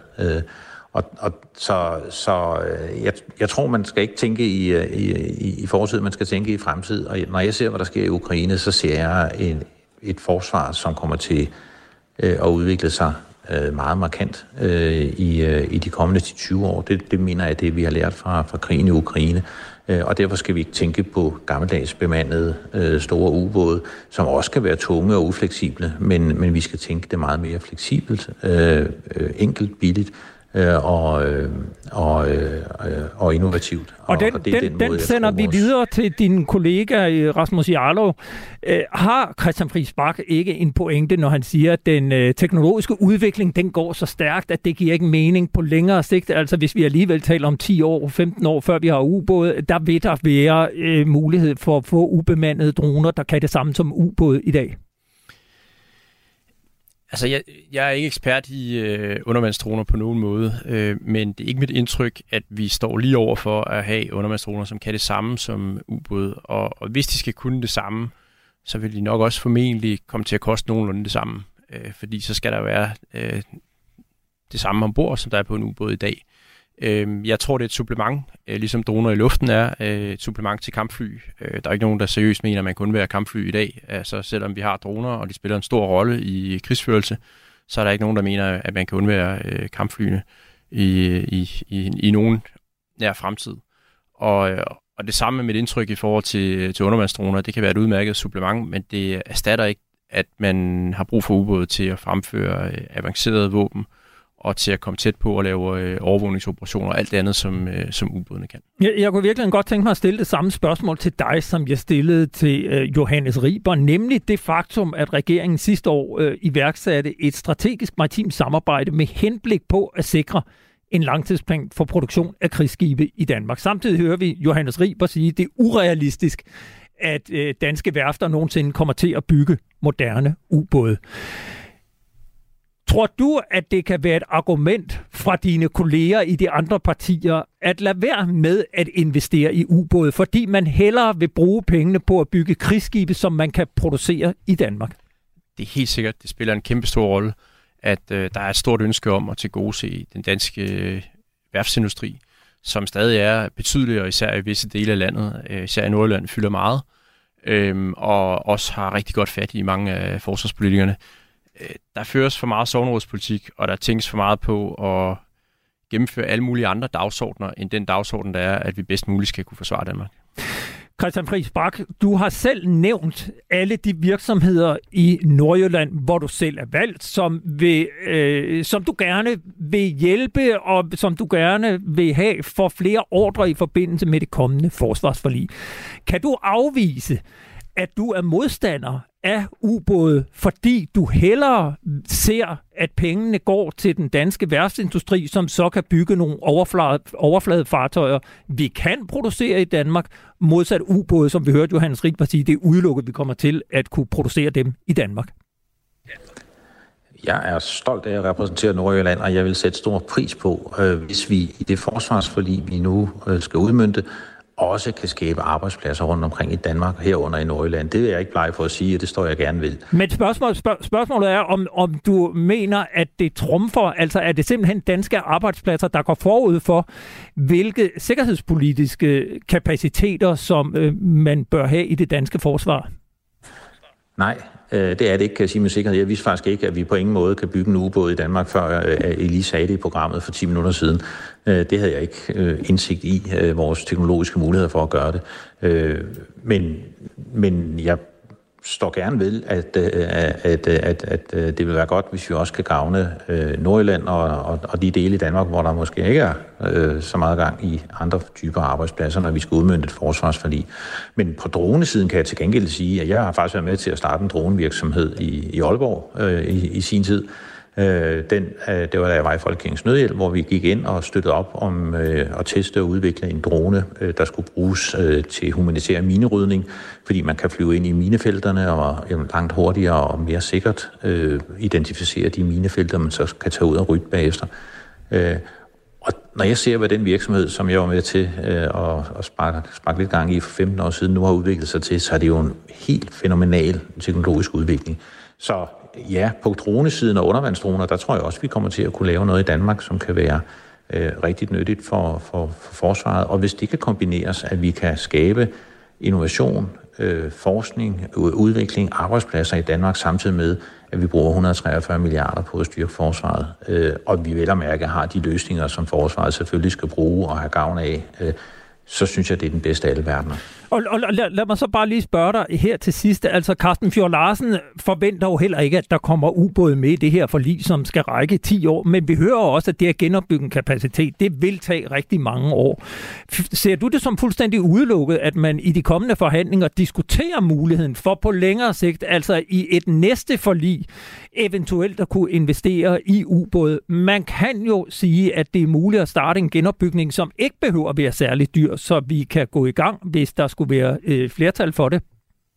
Jeg tror, man skal ikke tænke i fortid, man skal tænke i fremtid. Og når jeg ser, hvad der sker i Ukraine, så ser jeg et forsvar, som kommer til at udvikle sig meget markant i de kommende 10-20 år. Det mener jeg, det vi har lært fra krigen i Ukraine. Og derfor skal vi ikke tænke på gammeldags bemandede store ubåde, som også kan være tunge og ufleksible, men vi skal tænke det meget mere fleksibelt, enkelt, billigt og innovativt. Og den sender vi videre til din kollega Rasmus Jarlov. Har Christian Friis Bach ikke en pointe, når han siger, at den teknologiske udvikling, den går så stærkt, at det giver ikke mening på længere sigt? Altså hvis vi alligevel taler om 10 år, 15 år, før vi har ubåde, der vil der være mulighed for at få ubemandede droner, der kan det samme som ubåde i dag. Altså, jeg er ikke ekspert i undervandsdroner på nogen måde, men det er ikke mit indtryk, at vi står lige over for at have undervandsdroner, som kan det samme som ubåde. Og hvis de skal kunne det samme, så vil de nok også formentlig komme til at koste nogenlunde det samme. Fordi så skal der være det samme ombord, som der er på en ubåd i dag. Jeg tror, det er et supplement, ligesom droner i luften er et supplement til kampfly. Der er ikke nogen, der seriøst mener, at man kun vil være kampfly i dag. Altså, selvom vi har droner, og de spiller en stor rolle i krigsførelse, så er der ikke nogen, der mener, at man kan undvære kampflyene i nogen nær fremtid. Og det samme med mit indtryk i forhold til undervandsdroner, det kan være et udmærket supplement, men det erstatter ikke, at man har brug for ubåde til at fremføre avancerede våben, og til at komme tæt på at lave overvågningsoperationer og alt det andet, som ubådene kan. Jeg kunne virkelig godt tænke mig at stille det samme spørgsmål til dig, som jeg stillede til Johannes Riber, nemlig det faktum, at regeringen sidste år iværksatte et strategisk maritimt samarbejde med henblik på at sikre en langtidsplan for produktion af krigsskibe i Danmark. Samtidig hører vi Johannes Riber sige, at det er urealistisk, at danske værfter nogensinde kommer til at bygge moderne ubåde. Tror du, at det kan være et argument fra dine kolleger i de andre partier at lade være med at investere i ubåde, fordi man hellere vil bruge pengene på at bygge krigsskibe, som man kan producere i Danmark? Det er helt sikkert, det spiller en kæmpe stor rolle, at der er et stort ønske om at tilgodese den danske værftsindustri, som stadig er betydelig, og især i visse dele af landet, især i Nordjylland, fylder meget, og også har rigtig godt fat i mange af forsvarspolitikerne. Der føres for meget sognerådspolitik, og der tænkes for meget på at gennemføre alle mulige andre dagsordner, end den dagsorden, der er, at vi bedst muligt skal kunne forsvare Danmark. Christian Friis Bach, du har selv nævnt alle de virksomheder i Nordjylland, hvor du selv er valgt, som du gerne vil hjælpe, og som du gerne vil have for flere ordre i forbindelse med det kommende forsvarsforlig. Kan du afvise, at du er modstander af ubåde, fordi du hellere ser, at pengene går til den danske værftsindustri, som så kan bygge nogle overfladefartøjer, vi kan producere i Danmark, modsat ubåde, som vi hørte Johannes Riber sige, det er udelukket, vi kommer til at kunne producere dem i Danmark. Jeg er stolt af at repræsentere Nordjylland, og jeg vil sætte stor pris på, hvis vi i det forsvarsforlig, vi nu skal udmønte, også kan skabe arbejdspladser rundt omkring i Danmark, herunder i Nordjylland. Det er jeg ikke bleg for at sige, og det står jeg gerne ved. Men spørgsmålet er, om du mener, at det trumfer, altså er det simpelthen danske arbejdspladser, der går forud for, hvilke sikkerhedspolitiske kapaciteter, som man bør have i det danske forsvar? Nej, det er det ikke, kan jeg sige med sikkerhed. Jeg vidste faktisk ikke, at vi på ingen måde kan bygge en ubåd i Danmark, før Elie sagde det i programmet for 10 minutter siden. Det havde jeg ikke indsigt i, vores teknologiske muligheder for at gøre det. Men jeg står gerne ved, at det vil være godt, hvis vi også kan gavne Nordjylland og de dele i Danmark, hvor der måske ikke er så meget gang i andre typer arbejdspladser, når vi skal udmønte et forsvarsforlig. Men på dronesiden kan jeg til gengæld sige, at jeg har faktisk været med til at starte en dronevirksomhed i Aalborg i sin tid. Det var da jeg var i Folkekirkens Nødhjælp, hvor vi gik ind og støttede op om at teste og udvikle en drone, der skulle bruges til humanitær minerydning, fordi man kan flyve ind i minefelterne og langt hurtigere og mere sikkert identificere de minefelter, man så kan tage ud og rydde bagefter. Og når jeg ser, hvad den virksomhed, som jeg var med til at sparke lidt gang i for 15 år siden, nu har udviklet sig til, så er det jo en helt fænomenal teknologisk udvikling. Så ja, på dronesiden og undervandsdroner, der tror jeg også, vi kommer til at kunne lave noget i Danmark, som kan være rigtig nyttigt for forsvaret. Og hvis det kan kombineres, at vi kan skabe innovation, forskning, udvikling, arbejdspladser i Danmark, samtidig med, at vi bruger 143 milliarder på at styrke forsvaret, og vi vel at mærke har de løsninger, som forsvaret selvfølgelig skal bruge og have gavn af, så synes jeg, det er den bedste af alle verdener. Og lad mig så bare lige spørge dig her til sidst. Altså, Karsten Fjord Larsen forventer jo heller ikke, at der kommer ubåde med i det her forlig, som skal række 10 år. Men vi hører også, at det at genopbygge en kapacitet, det vil tage rigtig mange år. Ser du det som fuldstændig udelukket, at man i de kommende forhandlinger diskuterer muligheden for på længere sigt, altså i et næste forlig, eventuelt at kunne investere i ubåde? Man kan jo sige, at det er muligt at starte en genopbygning, som ikke behøver at være særlig dyr, så vi kan gå i gang, hvis der skulle være flertal for det?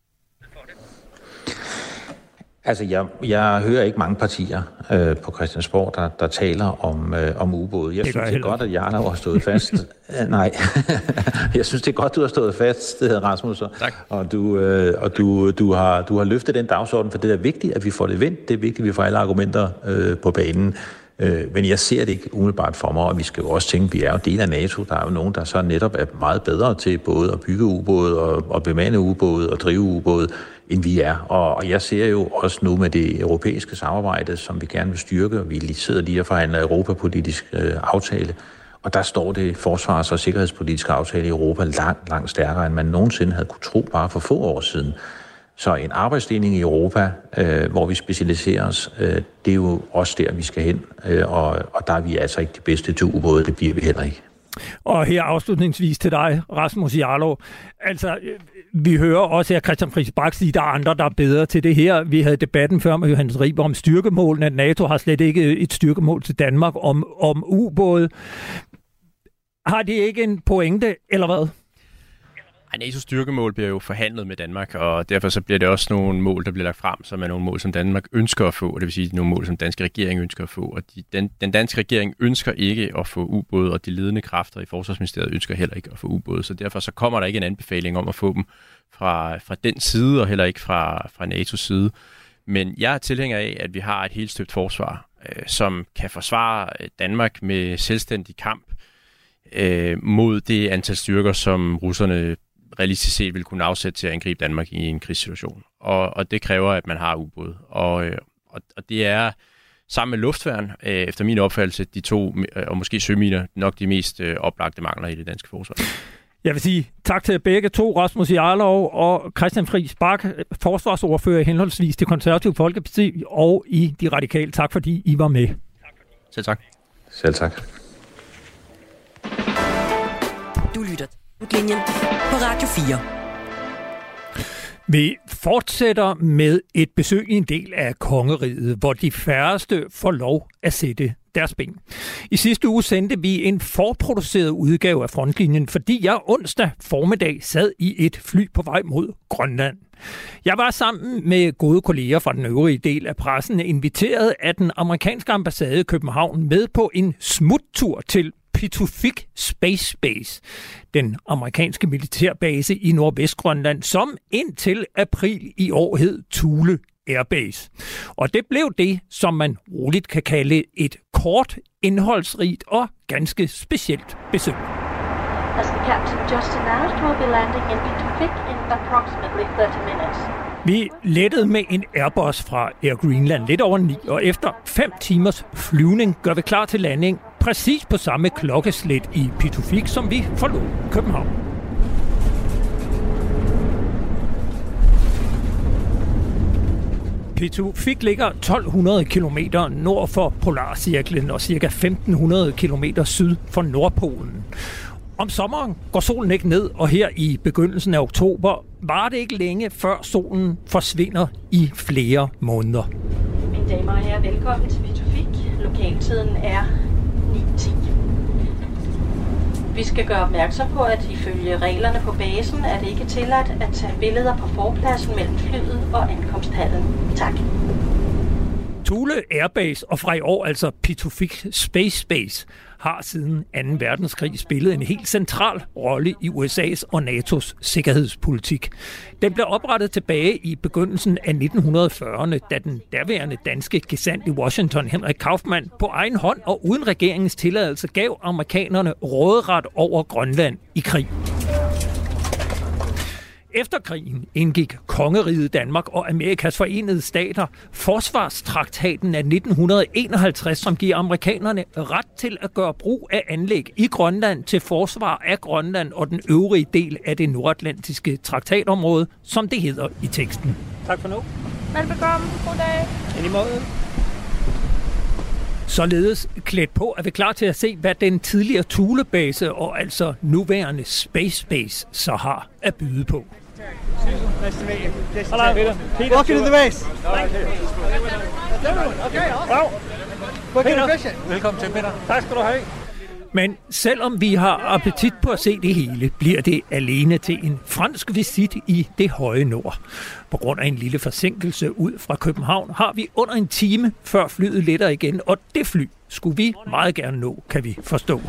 Altså, jeg hører ikke mange partier på Christiansborg, der taler om ubåde. Jeg synes, det er godt, at Jarlov har stået fast. Nej, jeg synes, det er godt, du har stået fast, Rasmus. Tak. Og du har løftet den dagsorden, for det er vigtigt, at vi får det vendt. Det er vigtigt, at vi får alle argumenter på banen. Men jeg ser det ikke umiddelbart for mig, og vi skal jo også tænke, at vi er jo del af NATO. Der er jo nogen, der så netop er meget bedre til både at bygge ubåde og bemande ubåde og drive ubåde, end vi er. Og jeg ser jo også nu med det europæiske samarbejde, som vi gerne vil styrke, og vi sidder lige og forhandler europapolitisk aftale, og der står det forsvars- og sikkerhedspolitiske aftale i Europa langt stærkere, end man nogensinde havde kunne tro bare for få år siden. Så en arbejdsdeling i Europa, hvor vi specialiserer os, det er jo også der, vi skal hen. Og der er vi altså ikke de bedste til ubåde, det bliver vi heller ikke. Og her afslutningsvis til dig, Rasmus Jarlov. Altså, vi hører også her Christian Friis Bach sige, at der er andre, der er bedre til det her. Vi havde debatten før med Johannes Riber om styrkemålene, at NATO har slet ikke et styrkemål til Danmark om ubåde. Har de ikke en pointe, eller hvad? NATO's styrkemål bliver jo forhandlet med Danmark, og derfor så bliver det også nogle mål, der bliver lagt frem, som er nogle mål, som Danmark ønsker at få, og det vil sige nogle mål, som den danske regering ønsker at få. Og den danske regering ønsker ikke at få ubåde, og de ledende kræfter i Forsvarsministeriet ønsker heller ikke at få ubåde, så derfor så kommer der ikke en anbefaling om at få dem fra den side, og heller ikke fra NATO's side. Men jeg er tilhænger af, at vi har et helt støbt forsvar, som kan forsvare Danmark med selvstændig kamp mod det antal styrker, som russerne realistisk set vil kunne afsætte til at angribe Danmark i en krigssituation. Og det kræver, at man har ubåde. Og det er sammen med luftværn, efter min opfattelse, de to, og måske søminer, nok de mest oplagte mangler i det danske forsvar. Jeg vil sige tak til begge to, Rasmus Jarlov og Christian Friis Bach, forsvarsordfører henholdsvis Det Konservative Folkeparti og i De Radikale. Tak fordi I var med. Selv tak. Selv tak. Du lytter til Linjen på Radio 4. Vi fortsætter med et besøg i en del af kongeriget, hvor de færreste får lov at sætte deres ben. I sidste uge sendte vi en forproduceret udgave af Frontlinjen, fordi jeg onsdag formiddag sad i et fly på vej mod Grønland. Jeg var sammen med gode kolleger fra den øvrige del af pressen inviteret af den amerikanske ambassade i København med på en smuttur til Pituffik Space Base, den amerikanske militærbase i Nordvestgrønland, som indtil april i år hed Thule Airbase. Og det blev det, som man roligt kan kalde et kort, indholdsrigt og ganske specielt besøg. As the captain just announced, we'll be landing in Pituffik in approximately 30 minutes. Vi lettede med en Airbus fra Air Greenland lidt over 9, og efter 5 timers flyvning gør vi klar til landing præcis på samme klokkeslæt i Pituffik, som vi forlod København. Pituffik ligger 1200 km nord for Polarcirklen og ca. 1500 km syd for Nordpolen. Om sommeren går solen ikke ned, og her i begyndelsen af oktober var det ikke længe, før solen forsvinder i flere måneder. Mine damer og herrer, velkommen til Pituffik. Lokaltiden er 9:10. Vi skal gøre opmærksom på, at ifølge reglerne på basen er det ikke tilladt at tage billeder på forpladsen mellem flyet og ankomsthallen. Tak. Thule Airbase og fra i år altså Pituffik Space Base har siden 2. verdenskrig spillet en helt central rolle i USA's og NATO's sikkerhedspolitik. Den blev oprettet tilbage i begyndelsen af 1940'erne, da den daværende danske gesandt i Washington, Henrik Kaufmann, på egen hånd og uden regeringens tilladelse gav amerikanerne råderet over Grønland i krig. Efter krigen indgik Kongeriget Danmark og Amerikas Forenede Stater Forsvarstraktaten af 1951, som giver amerikanerne ret til at gøre brug af anlæg i Grønland til forsvar af Grønland og den øvrige del af det nordatlantiske traktatområde, som det hedder i teksten. Tak for nu. Velbekomme. God dag. I lige måde. Således klædt på er vi klar til at se, hvad den tidligere Thule-base og altså nuværende Space Base så har at byde på. Nice to meet you. Hello, Peter. Welcome to the base. Okay, Velkommen til, Peter. tak skal du have. Men selvom vi har appetit på at se det hele, bliver det alene til en fransk visit i det høje nord. På grund af en lille forsinkelse ud fra København har vi under en time, før flyet letter igen, og det fly skulle vi meget gerne nå, kan vi forstå.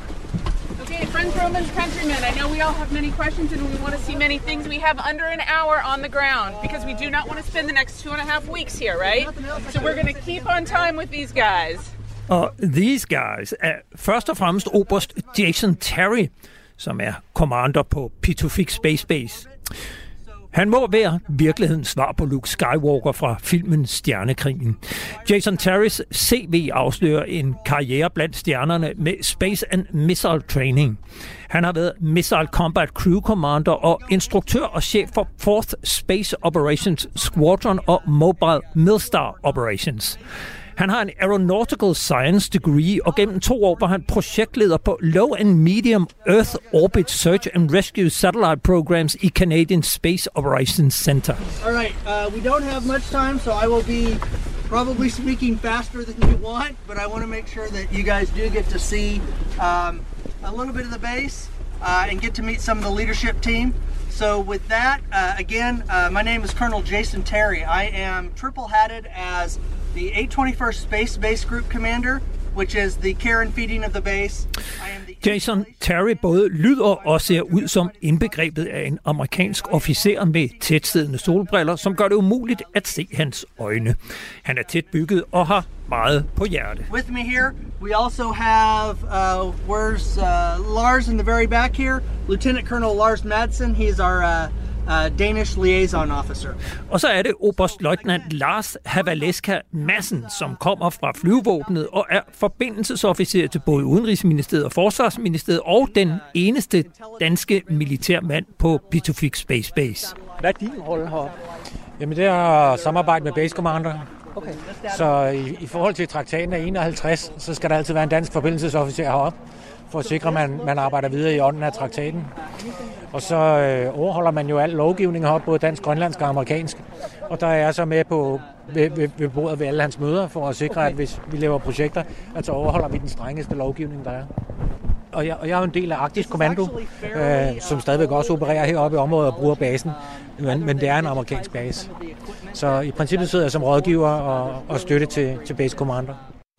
Okay, friends, Romans, countrymen, I know we all have many questions and we want to see many things. We have under an hour on the ground because we do not want to spend the next 2.5 weeks here, right? So we're going to keep on time with these guys. Og these guys er først og fremmest oberst Jason Terry, som er commander på Pituffik Space Base. Han må være virkelighedens svar på Luke Skywalker fra filmen Stjernekrigen. Jason Terrys CV afslører en karriere blandt stjernerne med Space and Missile Training. Han har været Missile Combat Crew Commander og instruktør og chef for 4th Space Operations Squadron og Mobile Milstar Operations. Han har en Aeronautical Science degree, og gennem 2 år var han projektleder på Low and Medium Earth Orbit Search and Rescue Satellite Programs i Canadian Space Operations Center. All right, we don't have much time, so I will be probably speaking faster than you want, but I want to make sure that you guys do get to see a little bit of the base and get to meet some of the leadership team. So with that, again, my name is Colonel Jason Terry. I am triple-hatted as the 821st Space Base Group Commander, which is the care and feeding of the base. Jason Terry både lyder og ser ud som indbegrebet af en amerikansk officer med tætsiddende solbriller, som gør det umuligt at se hans øjne. Han er tæt bygget og har meget på hjerte. With me here, we also have, where's Lars in the very back here? Lieutenant Colonel Lars Madsen. He's our Danish liaison officer. Og så er det oberstløjtnant Lars Havaleska Madsen, som kommer fra flyvevåbnet og er forbindelsesofficer til både Udenrigsministeriet og Forsvarsministeriet og den eneste danske militærmand på Pituffik Space Base. Hvad er din rolle her? Jamen det er at samarbejde med Base Commander. Okay. Så i forhold til traktaten af 51, så skal der altid være en dansk forbindelsesofficer heroppe, for at sikre, at man arbejder videre i ånden af traktaten. Og så overholder man jo al lovgivning heroppe, både dansk, grønlandsk og amerikansk. Og der er jeg så med på ved bordet ved alle hans møder, for at sikre, at hvis vi laver projekter, at så overholder vi den strengeste lovgivning, der er. Og jeg er jo en del af Arktisk Kommando, som stadigvæk også opererer heroppe i området og bruger basen. Men det er en amerikansk base. Så i princippet sidder jeg som rådgiver og støtte til Base Commander.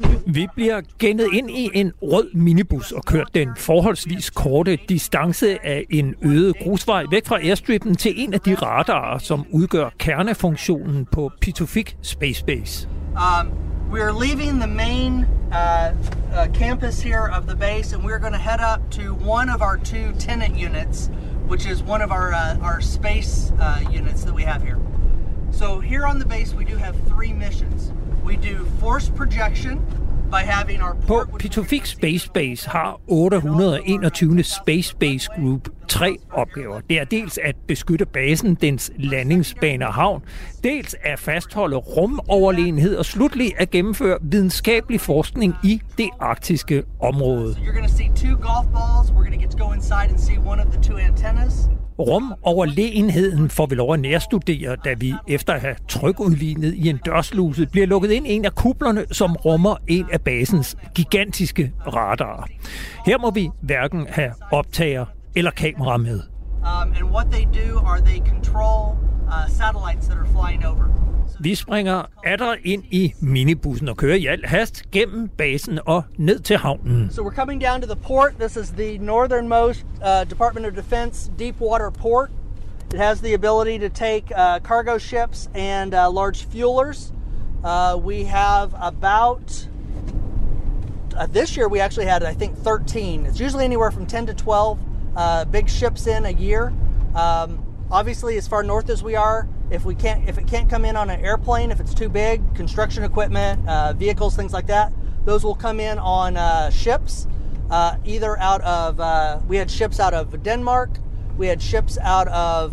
Vi bliver gennet ind i en rød minibus og kørt den forholdsvis korte distance af en øde grusvej væk fra airstrippen til en af de radarer, som udgør kernefunktionen på Pituffik Space Base. We are leaving the main campus here of the base, and we're going to head up to one of our two tenant units, which is one of our space units that we have here. So here on the base, we do have 3 missions. We do force projection by having our port. På Pituffik Space Base har 821. Space Base Group 3 opgaver. Det er dels at beskytte basen, dens landingsbane og havn, dels at fastholde rumoverlegenhed og slutlig at gennemføre videnskabelig forskning i det arktiske område. So you're going to see 2 golf balls. We're going to get to go inside and see one of the 2 antennas. Rumoverlegenheden får vi lov at nærstudere, da vi efter at have trykudlignet i en dørsluse bliver lukket ind i en af kuplerne, som rummer en af basens gigantiske radarer. Her må vi hverken have optager eller kamera med. And what they do are they control satellites that are flying over. Vi springer atter ind i minibussen og kører i al hast gennem basen og ned til havnen. So we're coming down to the port. This is the northernmost Department of Defense deep water port. It has the ability to take cargo ships and large fuelers. We have about this year we actually had, I think, 13. It's usually anywhere from 10 to 12 big ships in a year. Obviously, as far north as we are, if it can't come in on an airplane, if it's too big, construction equipment, vehicles, things like that, those will come in on ships. Either out of we had ships out of Denmark, we had ships out of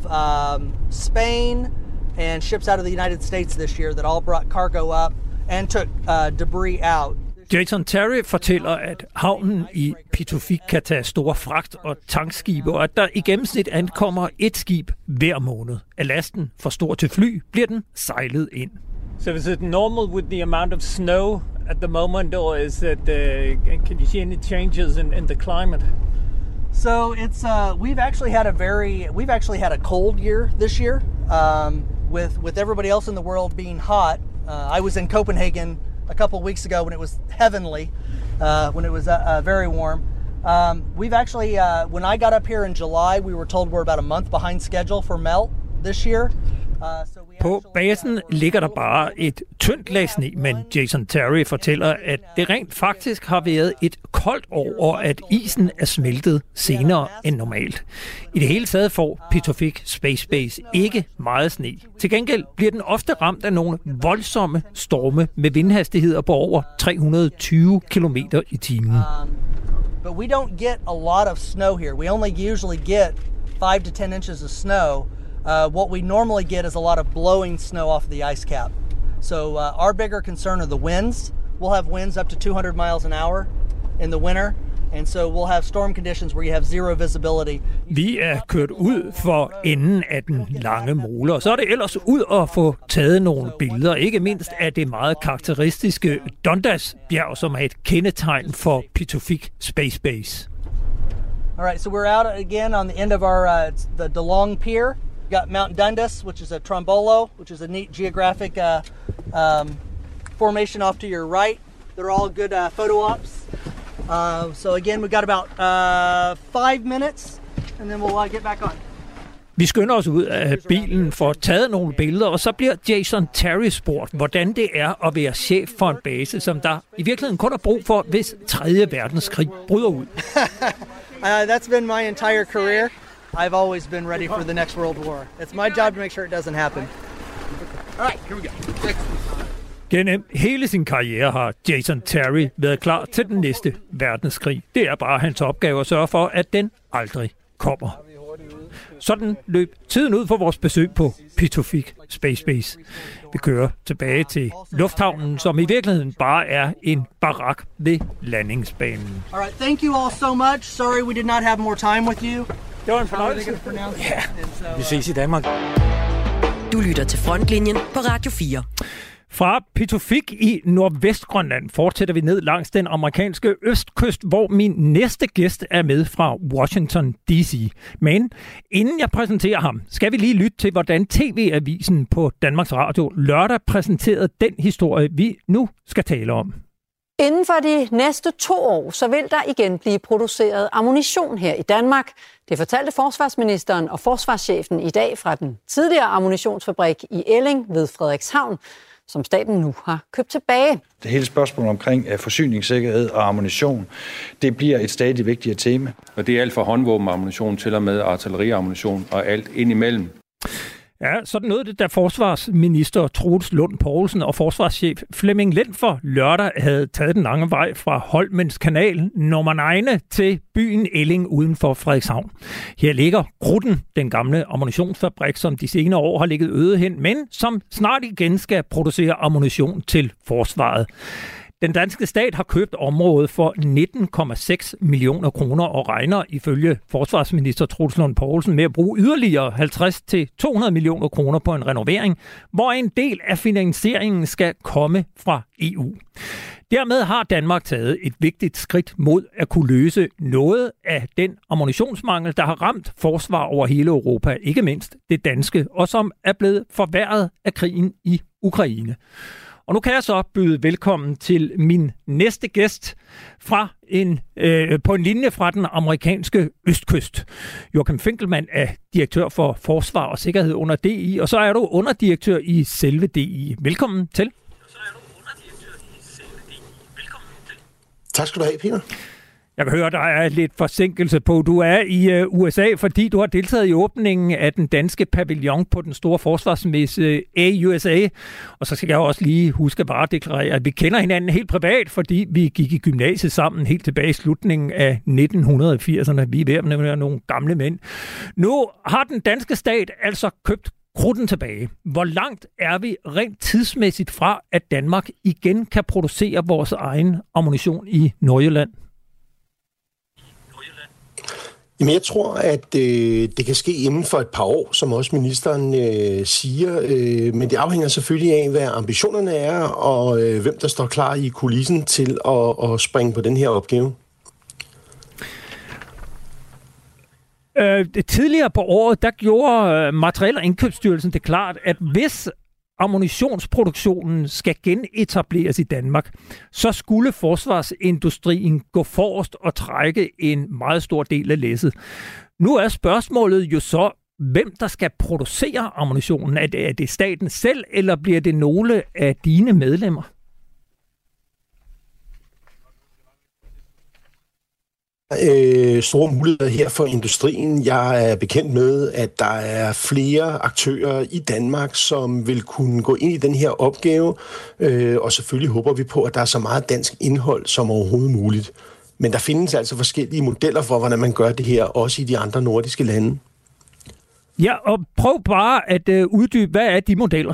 Spain, and ships out of the United States this year that all brought cargo up and took debris out. Jason Terry fortæller, at havnen i Pituffik kan tage store fragt- og tankskibe, og at der i gennemsnit ankommer et skib hver måned. Er lasten for stor til fly, bliver den sejlet ind. So is it normal with the amount of snow at the moment, or is it? Can you see any changes in the climate? So it's we've actually had a cold year this year, with everybody else in the world being hot. I was in Copenhagen a couple of weeks ago when it was heavenly, when it was very warm. We've actually, when I got up here in July, we were told we're about a month behind schedule for melt this year. På basen ligger der bare et tyndt lag sne, men Jason Terry fortæller, at det rent faktisk har været et koldt år, og at isen er smeltet senere end normalt. I det hele taget får Pituffik Space Base ikke meget sne. Til gengæld bliver den ofte ramt af nogle voldsomme storme med vindhastigheder på over 320 km i timen. But we don't get a lot of snow here. We only usually get 5 to 10 inches of snow. What we normally get is a lot of blowing snow off the ice cap. So our bigger concern are the winds. We'll have winds up to 200 miles an hour in the winter. And so we'll have storm conditions where you have zero visibility. Vi er kørt ud for enden af den lange mole, og så er det ellers ud at få taget nogle billeder. Ikke mindst af det meget karakteristiske Dundas-bjerg, som er et kendetegn for Pituffik Space Base. All right, so we're out again on the end of our the DeLong Pier. We got Mount Dundas, which is a trombolo, which is a neat geographic formation off to your right. They're all good photo ops. So again, we've got about 5 minutes, and then we'll get back on. Vi skynder os ud af bilen for at tage nogle billeder, og så bliver Jason Terry spurgt, hvordan det er at være chef for en base, som der i virkeligheden kun er brug for, hvis 3. verdenskrig bryder ud. That's been my entire career. I've always been ready for the next world war. It's my job to make sure it doesn't happen. All right, here we go. Gennem hele sin karriere har Jason Terry været klar til den næste verdenskrig. Det er bare hans opgave at sørge for, at den aldrig kommer. Sådan løb tiden ud for vores besøg på Pituffik Space Base. Vi kører tilbage til lufthavnen, som i virkeligheden bare er en barak ved landingsbanen. All right, thank you all so much. Sorry we did not have more time with you. Det var en fornøjelse. Ja, vi ses i Danmark. Du lytter til Frontlinjen på Radio 4. Fra Pituffik i Nordvestgrønland fortsætter vi ned langs den amerikanske østkyst, hvor min næste gæst er med fra Washington D.C. Men inden jeg præsenterer ham, skal vi lige lytte til, hvordan TV-avisen på Danmarks Radio lørdag præsenterede den historie, vi nu skal tale om. Inden for de næste 2 år, så vil der igen blive produceret ammunition her i Danmark. Det fortalte forsvarsministeren og forsvarschefen i dag fra den tidligere ammunitionsfabrik i Elling ved Frederikshavn, som staten nu har købt tilbage. Det hele spørgsmål omkring forsyningssikkerhed og ammunition, det bliver et stadig vigtigere tema. Og det er alt fra håndvåbenammunition til og med artilleriammunition og alt indimellem. Ja, sådan nåede det, da forsvarsminister Troels Lund Poulsen og forsvarschef Flemming Lendfer lørdag havde taget den lange vej fra Holmens Kanal, nummer 9, til byen Elling uden for Frederikshavn. Her ligger Grutten, den gamle ammunitionsfabrik, som de senere år har ligget øde hen, men som snart igen skal producere ammunition til forsvaret. Den danske stat har købt området for 19,6 millioner kroner og regner ifølge forsvarsminister Troels Lund Poulsen med at bruge yderligere 50-200 millioner kroner på en renovering, hvor en del af finansieringen skal komme fra EU. Dermed har Danmark taget et vigtigt skridt mod at kunne løse noget af den ammunitionsmangel, der har ramt forsvar over hele Europa, ikke mindst det danske, og som er blevet forværret af krigen i Ukraine. Og nu kan jeg så byde velkommen til min næste gæst på en linje fra den amerikanske østkyst. Joachim Finkelmann er direktør for forsvar og sikkerhed under DI, og så er du underdirektør i selve DI. Velkommen til. Tak skal du have, Peter. Jeg kan høre, der er lidt forsinkelse på. Du er i USA, fordi du har deltaget i åbningen af den danske pavillon på den store forsvarsmesse AUSA. Og så skal jeg også lige huske bare at deklarere, at vi kender hinanden helt privat, fordi vi gik i gymnasiet sammen helt tilbage i slutningen af 1980'erne. Vi er ved at være nogle gamle mænd. Nu har den danske stat altså købt Grutten tilbage. Hvor langt er vi rent tidsmæssigt fra, at Danmark igen kan producere vores egen ammunition i Nordjylland? Jamen, jeg tror, at det kan ske inden for et par år, som også ministeren siger. Men det afhænger selvfølgelig af, hvad ambitionerne er, og hvem der står klar i kulissen til at springe på den her opgave. Tidligere på året, der gjorde Materiel- og Indkøbsstyrelsen det klart, at hvis ammunitionsproduktionen skal genetableres i Danmark, så skulle forsvarsindustrien gå forrest og trække en meget stor del af læsset. Nu er spørgsmålet jo så, hvem der skal producere ammunitionen. Er det staten selv, eller bliver det nogle af dine medlemmer? Store muligheder her for industrien. Jeg er bekendt med, at der er flere aktører i Danmark, som vil kunne gå ind i den her opgave, og selvfølgelig håber vi på, at der er så meget dansk indhold som overhovedet muligt. Men der findes altså forskellige modeller for, hvordan man gør det her, også i de andre nordiske lande. Ja, og prøv bare at uddybe, hvad er de modeller?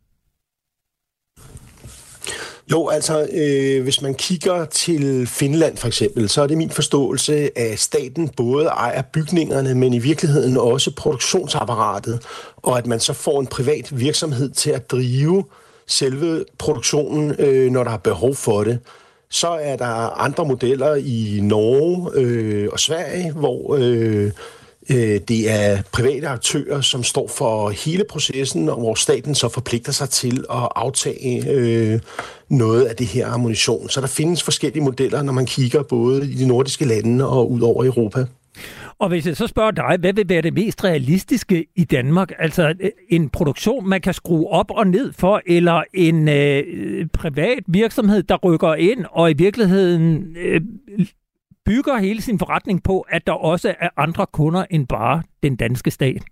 Jo, altså, hvis man kigger til Finland for eksempel, så er det min forståelse, at staten både ejer bygningerne, men i virkeligheden også produktionsapparatet, og at man så får en privat virksomhed til at drive selve produktionen, når der er behov for det. Så er der andre modeller i Norge og Sverige, hvor det er private aktører, som står for hele processen, og hvor staten så forpligter sig til at aftage noget af det her ammunition. Så der findes forskellige modeller, når man kigger både i de nordiske lande og ud over Europa. Og hvis jeg så spørger dig, hvad vil være det mest realistiske i Danmark? Altså en produktion, man kan skrue op og ned for, eller en privat virksomhed, der rykker ind og i virkeligheden bygger hele sin forretning på, at der også er andre kunder end bare den danske stat?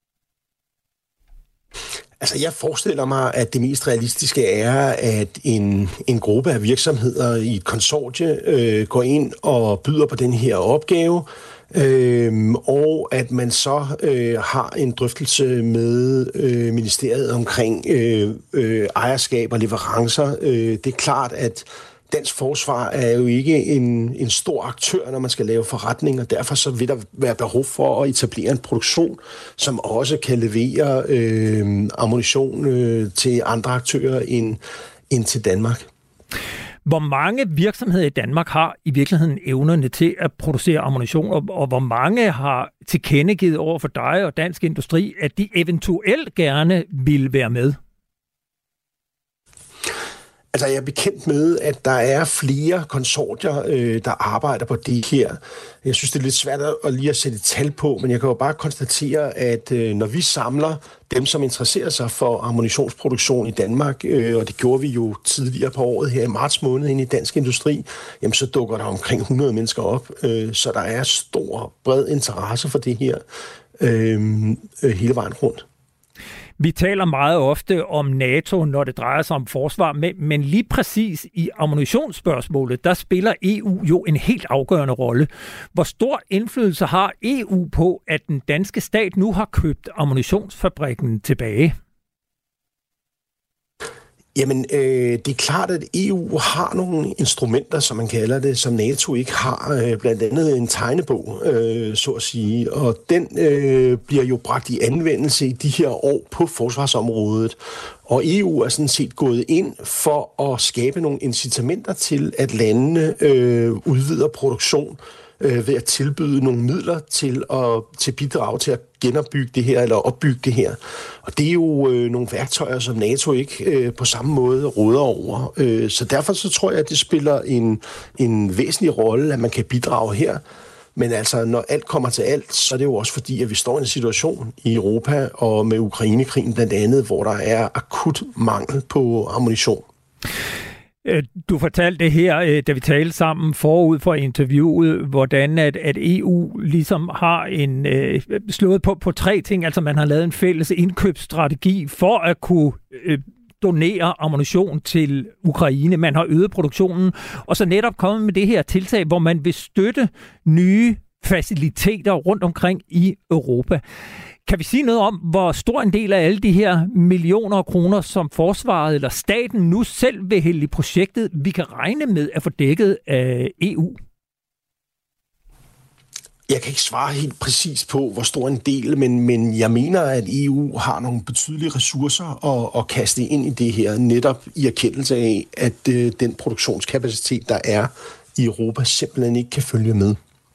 Altså, jeg forestiller mig, at det mest realistiske er, at en gruppe af virksomheder i et konsortie går ind og byder på den her opgave, og at man så har en drøftelse med ministeriet omkring ejerskab og leverancer. Det er klart, at dansk forsvar er jo ikke en stor aktør, når man skal lave forretninger. Derfor så vil der være behov for at etablere en produktion, som også kan levere ammunition til andre aktører end til Danmark. Hvor mange virksomheder i Danmark har i virkeligheden evnerne til at producere ammunition, og hvor mange har tilkendegivet over for dig og Dansk Industri, at de eventuelt gerne vil være med? Altså, jeg er bekendt med, at der er flere konsortier, der arbejder på det her. Jeg synes, det er lidt svært at lige at sætte et tal på, men jeg kan jo bare konstatere, at når vi samler dem, som interesserer sig for ammunitionsproduktion i Danmark, og det gjorde vi jo tidligere på året her i marts måned ind i Dansk Industri, jamen så dukker der omkring 100 mennesker op. Så der er stor, bred interesse for det her hele vejen rundt. Vi taler meget ofte om NATO, når det drejer sig om forsvar, men lige præcis i ammunitionsspørgsmålet, der spiller EU jo en helt afgørende rolle. Hvor stor indflydelse har EU på, at den danske stat nu har købt ammunitionsfabrikken tilbage? Jamen, det er klart, at EU har nogle instrumenter, som man kalder det, som NATO ikke har. Blandt andet en tegnebog, så at sige. Og den bliver jo bragt i anvendelse i de her år på forsvarsområdet. Og EU er sådan set gået ind for at skabe nogle incitamenter til, at landene udvider produktion ved at tilbyde nogle midler til bidrag til at genopbygge det her, eller opbygge det her. Og det er jo nogle værktøjer, som NATO ikke på samme måde råder over. Så derfor så tror jeg, at det spiller en væsentlig rolle, at man kan bidrage her. Men altså, når alt kommer til alt, så er det jo også fordi, at vi står i en situation i Europa, og med Ukrainekrigen blandt andet, hvor der er akut mangel på ammunition. Du fortalte det her, da vi talte sammen forud for interviewet, hvordan at EU ligesom har slået på 3 ting. Altså man har lavet en fælles indkøbsstrategi for at kunne donere ammunition til Ukraine. Man har øget produktionen, og så netop kommet med det her tiltag, hvor man vil støtte nye faciliteter rundt omkring i Europa. Kan vi sige noget om, hvor stor en del af alle de her millioner af kroner, som forsvaret eller staten nu selv vil hælde i projektet, vi kan regne med at få dækket af EU? Jeg kan ikke svare helt præcis på, hvor stor en del, men jeg mener, at EU har nogle betydelige ressourcer at kaste ind i det her, netop i erkendelse af, at den produktionskapacitet, der er i Europa, simpelthen ikke kan følge med.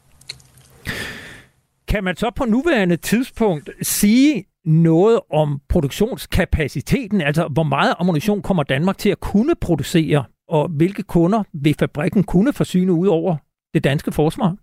Kan man så på nuværende tidspunkt sige noget om produktionskapaciteten? Altså, hvor meget ammunition kommer Danmark til at kunne producere, og hvilke kunder vil fabrikken kunne forsyne ud over det danske forsvar?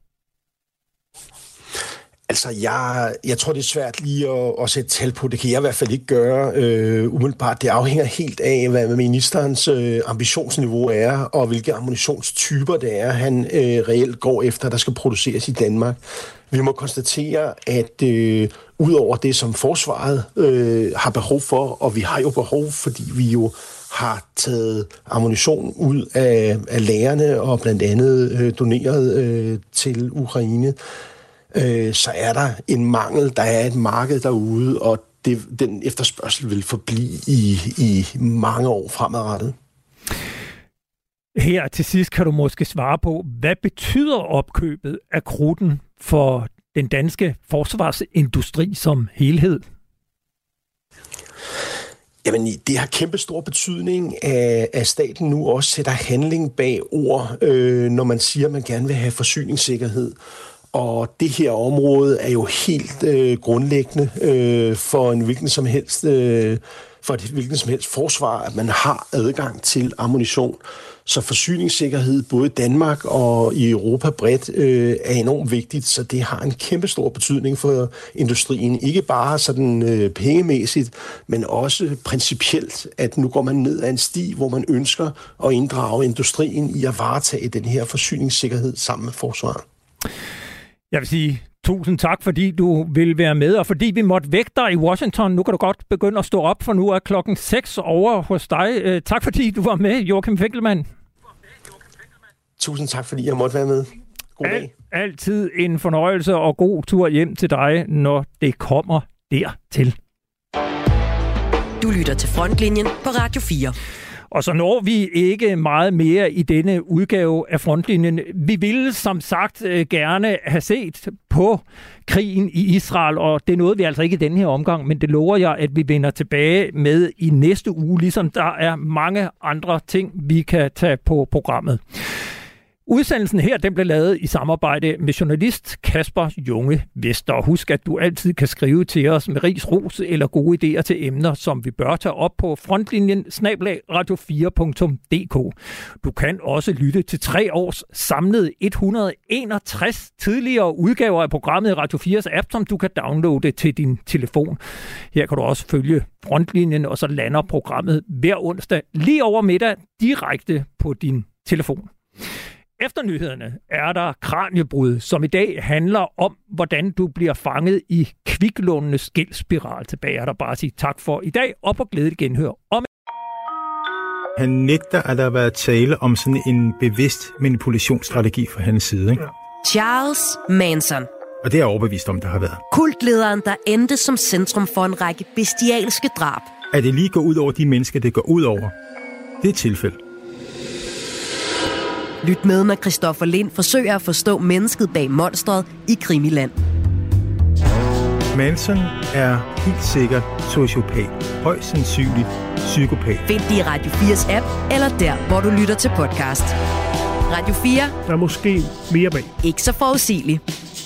Altså, jeg tror, det er svært lige at sætte tal på. Det kan jeg i hvert fald ikke gøre umiddelbart. Det afhænger helt af, hvad ministerens ambitionsniveau er, og hvilke ammunitionstyper det er, han reelt går efter, der skal produceres i Danmark. Vi må konstatere, at ud over det, som forsvaret har behov for, og vi har jo behov, fordi vi jo har taget ammunition ud af lagrene og blandt andet doneret til Ukraine, så er der en mangel, der er et marked derude, og den efterspørgsel vil forblive i mange år fremadrettet. Her til sidst kan du måske svare på, hvad betyder opkøbet af krudten for den danske forsvarsindustri som helhed? Jamen, det har kæmpe stor betydning, at staten nu også sætter handling bag ord, når man siger, at man gerne vil have forsyningssikkerhed. Og det her område er jo helt grundlæggende for et hvilken som helst forsvar, at man har adgang til ammunition. Så forsyningssikkerhed både i Danmark og i Europa bredt er enormt vigtigt, så det har en kæmpe stor betydning for industrien. Ikke bare sådan pengemæssigt, men også principielt, at nu går man ned ad en sti, hvor man ønsker at inddrage industrien i at varetage den her forsyningssikkerhed sammen med forsvaret. Jeg vil sige tusind tak, fordi du vil være med, og fordi vi måtte vække dig i Washington. Nu kan du godt begynde at stå op, for nu er 6:00 over hos dig. Tak fordi du var med, Joachim Finkelmann. Tusind tak, fordi jeg måtte være med. God dag. Altid en fornøjelse og god tur hjem til dig, når det kommer dertil. Du lytter til Frontlinjen på Radio 4. Og så når vi ikke meget mere i denne udgave af Frontlinjen. Vi ville som sagt gerne have set på krigen i Israel, og det nåede vi altså ikke i denne her omgang, men det lover jeg, at vi vender tilbage med i næste uge, ligesom der er mange andre ting, vi kan tage på programmet. Udsendelsen her, den blev lavet i samarbejde med journalist Kasper Junge Vester. Husk, at du altid kan skrive til os med ris, ros eller gode idéer til emner, som vi bør tage op på frontlinjen @radio4.dk. Du kan også lytte til 3 års samlede 161 tidligere udgaver af programmet i Radio 4's app, som du kan downloade til din telefon. Her kan du også følge frontlinjen, og så lander programmet hver onsdag lige over middag direkte på din telefon. Efter nyhederne er der Kraniebrud, som i dag handler om, hvordan du bliver fanget i kviklånenes gældsspiral. Tilbage er der bare at sige tak for i dag, og på glædeligt genhør om. Han nægter, at der har været tale om sådan en bevidst manipulationsstrategi fra hans side. Ikke? Charles Manson. Og det er jeg overbevist om, der har været. Kultlederen, der endte som centrum for en række bestialske drab. At det lige går ud over de mennesker, det går ud over, det er et tilfælde. Lyt med, når Christoffer Lind forsøger at forstå mennesket bag monstret i Krimiland. Manson er helt sikkert sociopat. Højst sandsynligt psykopat. Find det i Radio 4's app, eller der, hvor du lytter til podcast. Radio 4. Der er måske mere bag. Ikke så forudsigeligt.